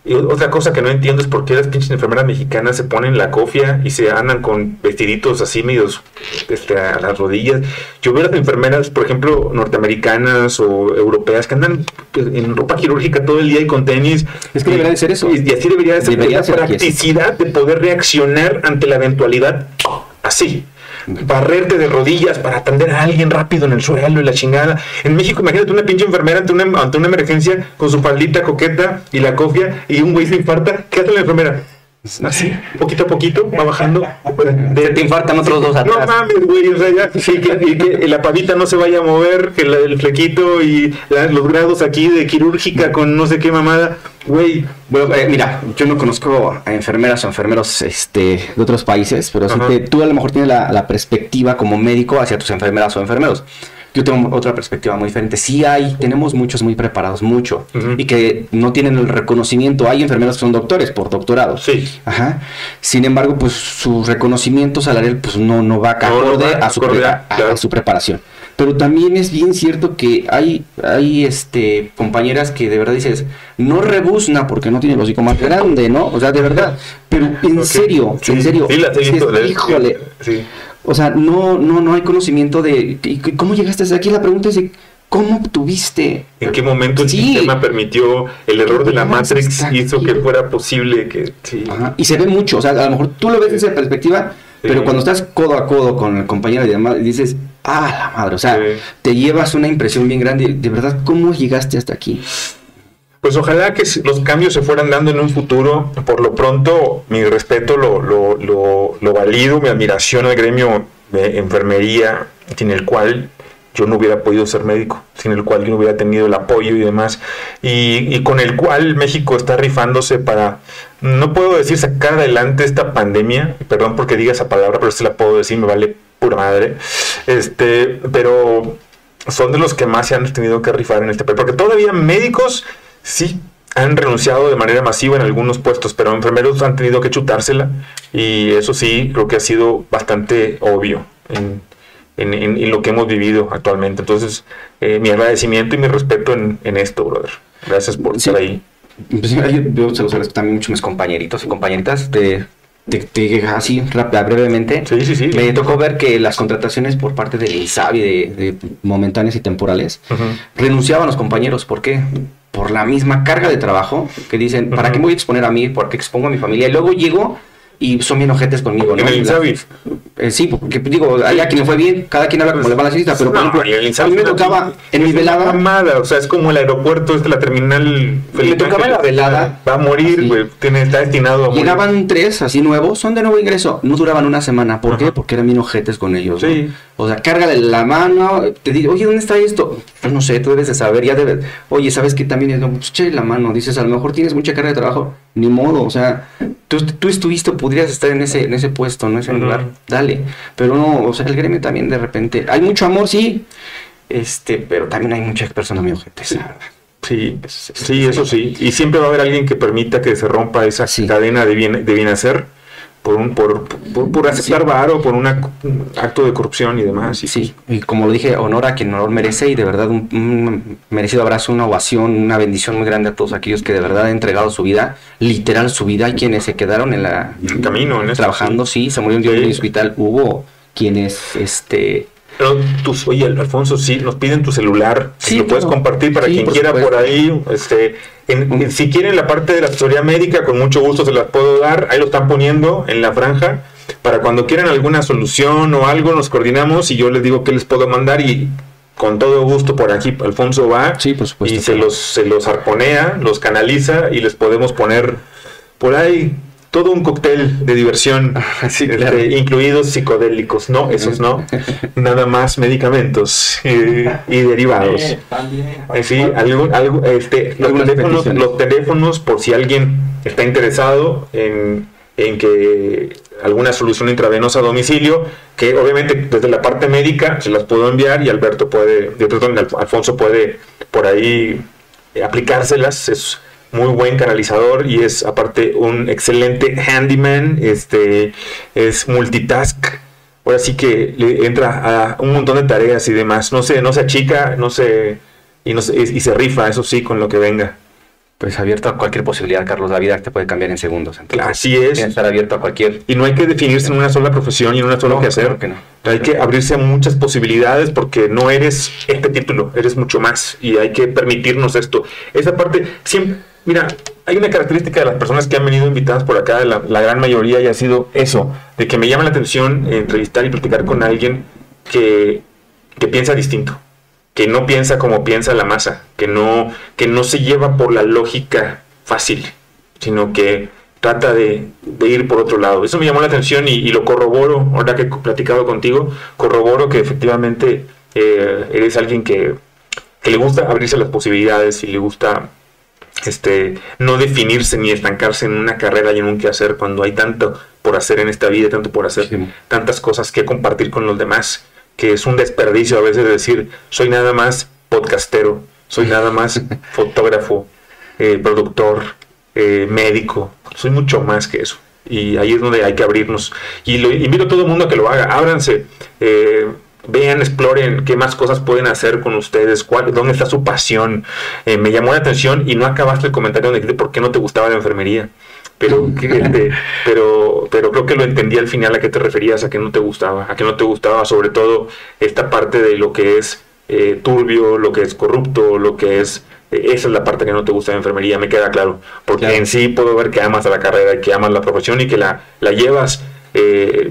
Y otra cosa que no entiendo es por qué las pinches enfermeras mexicanas se ponen la cofia y se andan con vestiditos así medios este, a las rodillas. Yo veo las enfermeras, por ejemplo, norteamericanas o europeas que andan en ropa quirúrgica todo el día y con tenis. Es que y, debería de ser eso. Y, y así debería de ser, Debería la ser practicidad de poder reaccionar ante la eventualidad así. Barrerte de rodillas para atender a alguien rápido en el suelo y la chingada. En México, imagínate una pinche enfermera ante una, ante una emergencia con su faldita coqueta y la cofia y un güey se infarta. ¿Qué hace la enfermera? Así, poquito a poquito, va bajando. De, se te infartan otros dos atrás. No mames, güey, o sea, ya, sí, que, y que la pavita no se vaya a mover, que la, el flequito y la, los grados aquí de quirúrgica con no sé qué mamada. Güey. Bueno, eh, mira, yo no conozco a enfermeras o enfermeros este, de otros países, pero sí te, tú a lo mejor tienes la, la perspectiva como médico hacia tus enfermeras o enfermeros. Yo tengo otra perspectiva muy diferente. Sí hay, tenemos muchos muy preparados, mucho, uh-huh. y que no tienen el reconocimiento. Hay enfermeros que son doctores por doctorado. Sí. Ajá. Sin embargo, pues su reconocimiento salarial pues no, no va acorde no, no va a, su acorde, pre- a, claro. a su preparación. Pero también es bien cierto que hay, hay este, compañeras que de verdad dices, no rebuzna porque no tiene el hocico más grande, ¿no? O sea, de verdad. Pero en okay. serio, sí. en serio. Sí, las he visto. Dices, híjole. Sí. O sea, no, no, no hay conocimiento de cómo llegaste hasta aquí. La pregunta es de cómo obtuviste. ¿En qué momento el sí. sistema permitió el error de la Matrix hizo que fuera posible que sí. Ajá. Y se ve mucho. O sea, a lo mejor tú lo ves desde esa perspectiva, sí. pero cuando estás codo a codo con el compañero y demás, dices, ah, la madre. O sea, sí. te llevas una impresión bien grande. De verdad, ¿cómo llegaste hasta aquí? Pues ojalá que los cambios se fueran dando en un futuro. Por lo pronto, mi respeto lo, lo, lo, lo valido, mi admiración al gremio de enfermería, sin el cual yo no hubiera podido ser médico, sin el cual yo no hubiera tenido el apoyo y demás, y, y con el cual México está rifándose para, no puedo decir sacar adelante esta pandemia, perdón porque diga esa palabra, pero sí la puedo decir, me vale pura madre, este, pero son de los que más se han tenido que rifar en este país, porque todavía médicos sí han renunciado de manera masiva en algunos puestos, pero enfermeros han tenido que chutársela y eso sí creo que ha sido bastante obvio en, en, en, en lo que hemos vivido actualmente. Entonces, eh, mi agradecimiento y mi respeto en, en esto, brother. Gracias por sí. estar ahí. Pues, yo, yo se los agradezco también mucho a mis compañeritos y compañeritas de... Te, te, así rápida, brevemente, sí, sí, sí, me sí. tocó ver que las contrataciones por parte del INSABI de, de momentáneas y temporales Uh-huh. renunciaban los compañeros. ¿Por qué? Por la misma carga de trabajo que dicen, ¿para uh-huh. qué me voy a exponer a mí? ¿Por qué expongo a mi familia? Y luego llego y son bien ojetes conmigo, ¿no? ¿En el INSABI? Eh, sí, porque digo, allá quien le fue bien, cada quien habla como le va a la cita, pero por no, ejemplo, a mí me tocaba en mi velada... Mamada, o sea, es como el aeropuerto, es la terminal... Me tocaba en la velada... Va a morir, güey, está destinado a morir. Llegaban tres, así nuevos, son de nuevo ingreso, no duraban una semana, ¿por uh-huh. qué? Porque eran bien ojetes con ellos, ¿no? Sí. O sea, cárgale la mano, te digo, oye, ¿dónde está esto? Pues no sé, tú debes de saber, ya debes... Oye, ¿sabes qué también es? No, pues échale la mano, dices, a lo mejor tienes mucha carga de trabajo, ni modo, o sea, tú, tú estuviste, podrías estar en ese en ese puesto, en ese uh-huh. lugar, dale, pero no, o sea, el gremio también de repente, hay mucho amor, sí, este, pero también hay muchas personas muy ojetes, sí. Sí, sí, eso sí, y siempre va a haber alguien que permita que se rompa esa sí. cadena de bien, de bien hacer por un por, por, por aceptar sí. varo, por una, un acto de corrupción y demás. Y sí, y como lo dije, honor a quien honor merece y de verdad un, un merecido abrazo, una ovación, una bendición muy grande a todos aquellos que de verdad han entregado su vida, literal su vida, y quienes se quedaron en la en camino, en trabajando, eso, sí. sí, se murieron sí. en el hospital, hubo quienes, este... Pero tus, oye, Alfonso, sí, nos piden tu celular, sí, si lo puedes claro. compartir para sí, quien por quiera supuesto. Por ahí, este, en, en, si quieren la parte de la asesoría médica, con mucho gusto se las puedo dar, ahí lo están poniendo en la franja, para cuando quieran alguna solución o algo, nos coordinamos y yo les digo qué les puedo mandar y con todo gusto por aquí Alfonso va sí, por supuesto, y se los, se los arponea, los canaliza y les podemos poner por ahí todo un cóctel de diversión, sí, este, claro. incluidos psicodélicos, no, esos no, nada más medicamentos eh, y derivados. Eh, sí, algún, algo, este, los teléfonos, los teléfonos, por si alguien está interesado en, en que alguna solución intravenosa a domicilio, que obviamente desde la parte médica se las puedo enviar y Alberto puede, perdón, Alfonso puede por ahí aplicárselas. Es muy buen canalizador y es aparte un excelente handyman, este es multitask, ahora sí que le entra a un montón de tareas y demás, no se, no se achica, no se, y, no se, y se rifa, eso sí, con lo que venga. Pues abierto a cualquier posibilidad, Carlos. La vida te puede cambiar en segundos. Entonces, Así es. tienes que estar abierto a cualquier... Y no hay que definirse en una sola profesión y en una sola No, que hacer. claro que no. Hay que abrirse a muchas posibilidades porque no eres este título, eres mucho más y hay que permitirnos esto. Esa parte, siempre, mira, hay una característica de las personas que han venido invitadas por acá, la, la gran mayoría, y ha sido eso, de que me llama la atención entrevistar y platicar con alguien que, que piensa distinto, que no piensa como piensa la masa, que no, que no se lleva por la lógica fácil, sino que trata de, de ir por otro lado. Eso me llamó la atención y, y lo corroboro, ahora que he platicado contigo, corroboro que efectivamente eh, eres alguien que, que le gusta abrirse las posibilidades y le gusta este, no definirse ni estancarse en una carrera y en un quehacer cuando hay tanto por hacer en esta vida, tanto por hacer, Sí. tantas cosas que compartir con los demás, que es un desperdicio a veces decir, soy nada más podcastero, soy nada más fotógrafo, eh, productor, eh, médico, soy mucho más que eso. Y ahí es donde hay que abrirnos. Y lo invito a todo el mundo a que lo haga, ábranse, eh, vean, exploren qué más cosas pueden hacer con ustedes, cuál, dónde está su pasión. Eh, me llamó la atención y no acabaste el comentario donde dijiste por qué no te gustaba la enfermería. Pero, que, este, pero, pero creo que lo entendí al final a qué te referías, a que no te gustaba, a que no te gustaba sobre todo esta parte de lo que es eh, turbio, lo que es corrupto, lo que es... eh, esa es la parte que no te gusta de enfermería, me queda claro. Porque Claro. en sí puedo ver que amas a la carrera y que amas la profesión y que la, la llevas eh,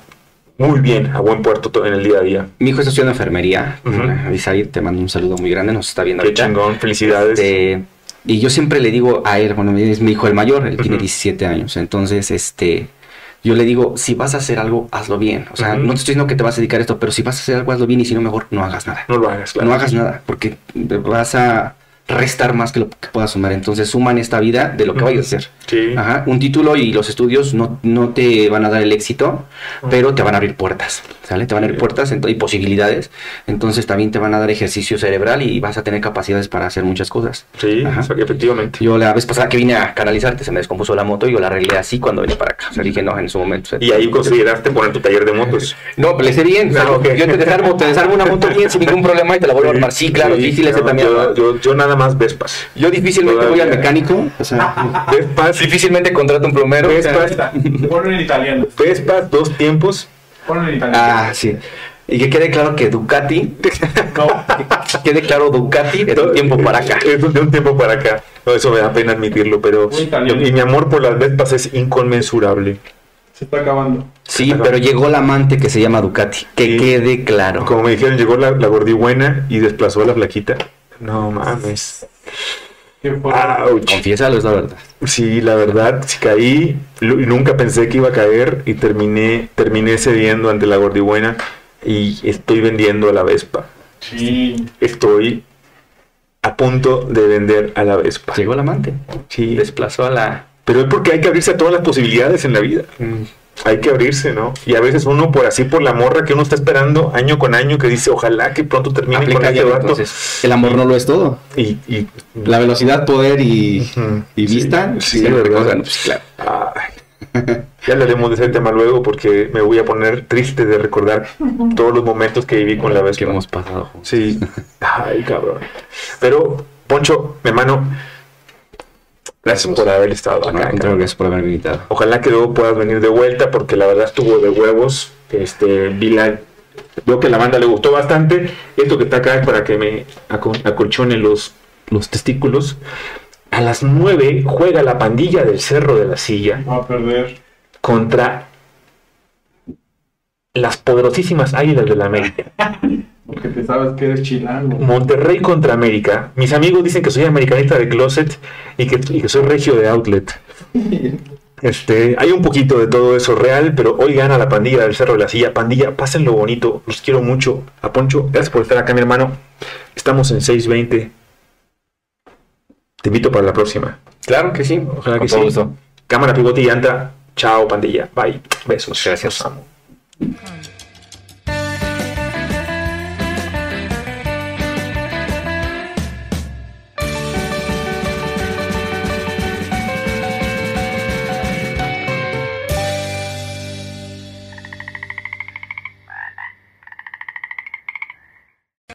muy bien a buen puerto to- en el día a día. Mi hijo está estudiando enfermería. Ujú. Avisair, te mando un saludo muy grande. Nos está viendo Qué ahorita. chingón, felicidades. Este, y yo siempre le digo a él, bueno, es mi hijo el mayor, él tiene Ujú. diecisiete años, entonces, este, yo le digo, si vas a hacer algo, hazlo bien. O sea, Ujú. no te estoy diciendo que te vas a dedicar a esto, pero si vas a hacer algo, hazlo bien y si no, mejor no hagas nada. No lo hagas, claro. No hagas nada, porque vas a restar más que lo que puedas sumar. Entonces, suma en esta vida de lo que Ujú. vayas a hacer. Sí. Ajá, un título y los estudios no, no te van a dar el éxito, pero te van a abrir puertas, ¿sale? Te van a abrir Sí. puertas ento- y posibilidades. Entonces también te van a dar ejercicio cerebral y vas a tener capacidades para hacer muchas cosas. Sí, Ajá. o sea, que efectivamente. Yo la vez pasada que vine a canalizarte se me descompuso la moto y yo la arreglé así cuando vine para acá. O sea, dije no en su momento. Y ahí consideraste poner tu taller de motos. No, pero le sé bien. O sea, No, ok. Yo te desarmo, te desarmo una moto bien sin ningún problema y te la vuelvo a armar. Sí, claro, Sí, difícil ese no, también. Yo, ¿no? yo, yo nada más Vespas. Yo difícilmente voy al Todavía. mecánico. O sea, Vespas, difícilmente contrato un plomero. o sea, Vespas, Ponlo en italiano. Vespas, dos tiempos. Ponlo en italiano. Ah, sí. Y que quede claro que Ducati, No. que quede claro Ducati de un tiempo para acá. Es de un tiempo para acá. No, eso me da pena admitirlo, pero Muy italiano. y mi amor por las Vespas es inconmensurable. Se está acabando. Sí, pero llegó la amante que se llama Ducati. Que Sí. quede claro. Como me dijeron, llegó la, la gordibuena y desplazó a la flaquita. No mames. ¿Qué fue? Ouch. Confiésalo, es la verdad. Sí, la verdad, sí caí lo- y nunca pensé que iba a caer y terminé, terminé cediendo ante la gordibuena y estoy vendiendo a la Vespa. Sí. Estoy a punto de vender a la Vespa. Llegó la amante. Sí, Desplazó a la... pero es porque hay que abrirse a todas las posibilidades en la vida. Hay que abrirse, ¿no? Y a veces uno por así, por la morra que uno está esperando año con año, que dice, ojalá que pronto termine con Aplica este ya, vato. entonces. El amor no lo es todo. Y, y La velocidad, poder y, Ujú. y Sí, vista. sí, sí, verdad. cosa, no, pues, claro. Ay. Ya hablaremos de ese tema luego porque me voy a poner triste de recordar todos los momentos que viví con la Que Vespa. hemos pasado juntos. Sí. Ay, cabrón. Pero, Poncho, mi hermano, gracias por haber estado No, al acá. contrario, cabrón. gracias por haberme invitado. Ojalá que luego puedas venir de vuelta porque la verdad estuvo de huevos. Este, vi la- veo que la banda le gustó bastante. Esto que está acá es para que me aco- acolchone los, los testículos. A las nueve juega la pandilla del Cerro de la Silla Va a perder. contra las poderosísimas Águilas de la América. Porque te sabes que eres chilango. Monterrey contra América. Mis amigos dicen que soy americanista de closet y que, y que soy regio de outlet. Este, hay un poquito de todo eso real, pero hoy gana la pandilla del Cerro de la Silla. Pandilla, pásenlo bonito, los quiero mucho. A Poncho, gracias por estar acá, mi hermano. Estamos en seis veinte. Te invito para la próxima. Claro que sí. Ojalá Con que todo sí. gusto. Cámara, pivote y llanta. Chao, pandilla. Bye. Besos. Gracias. Los amo.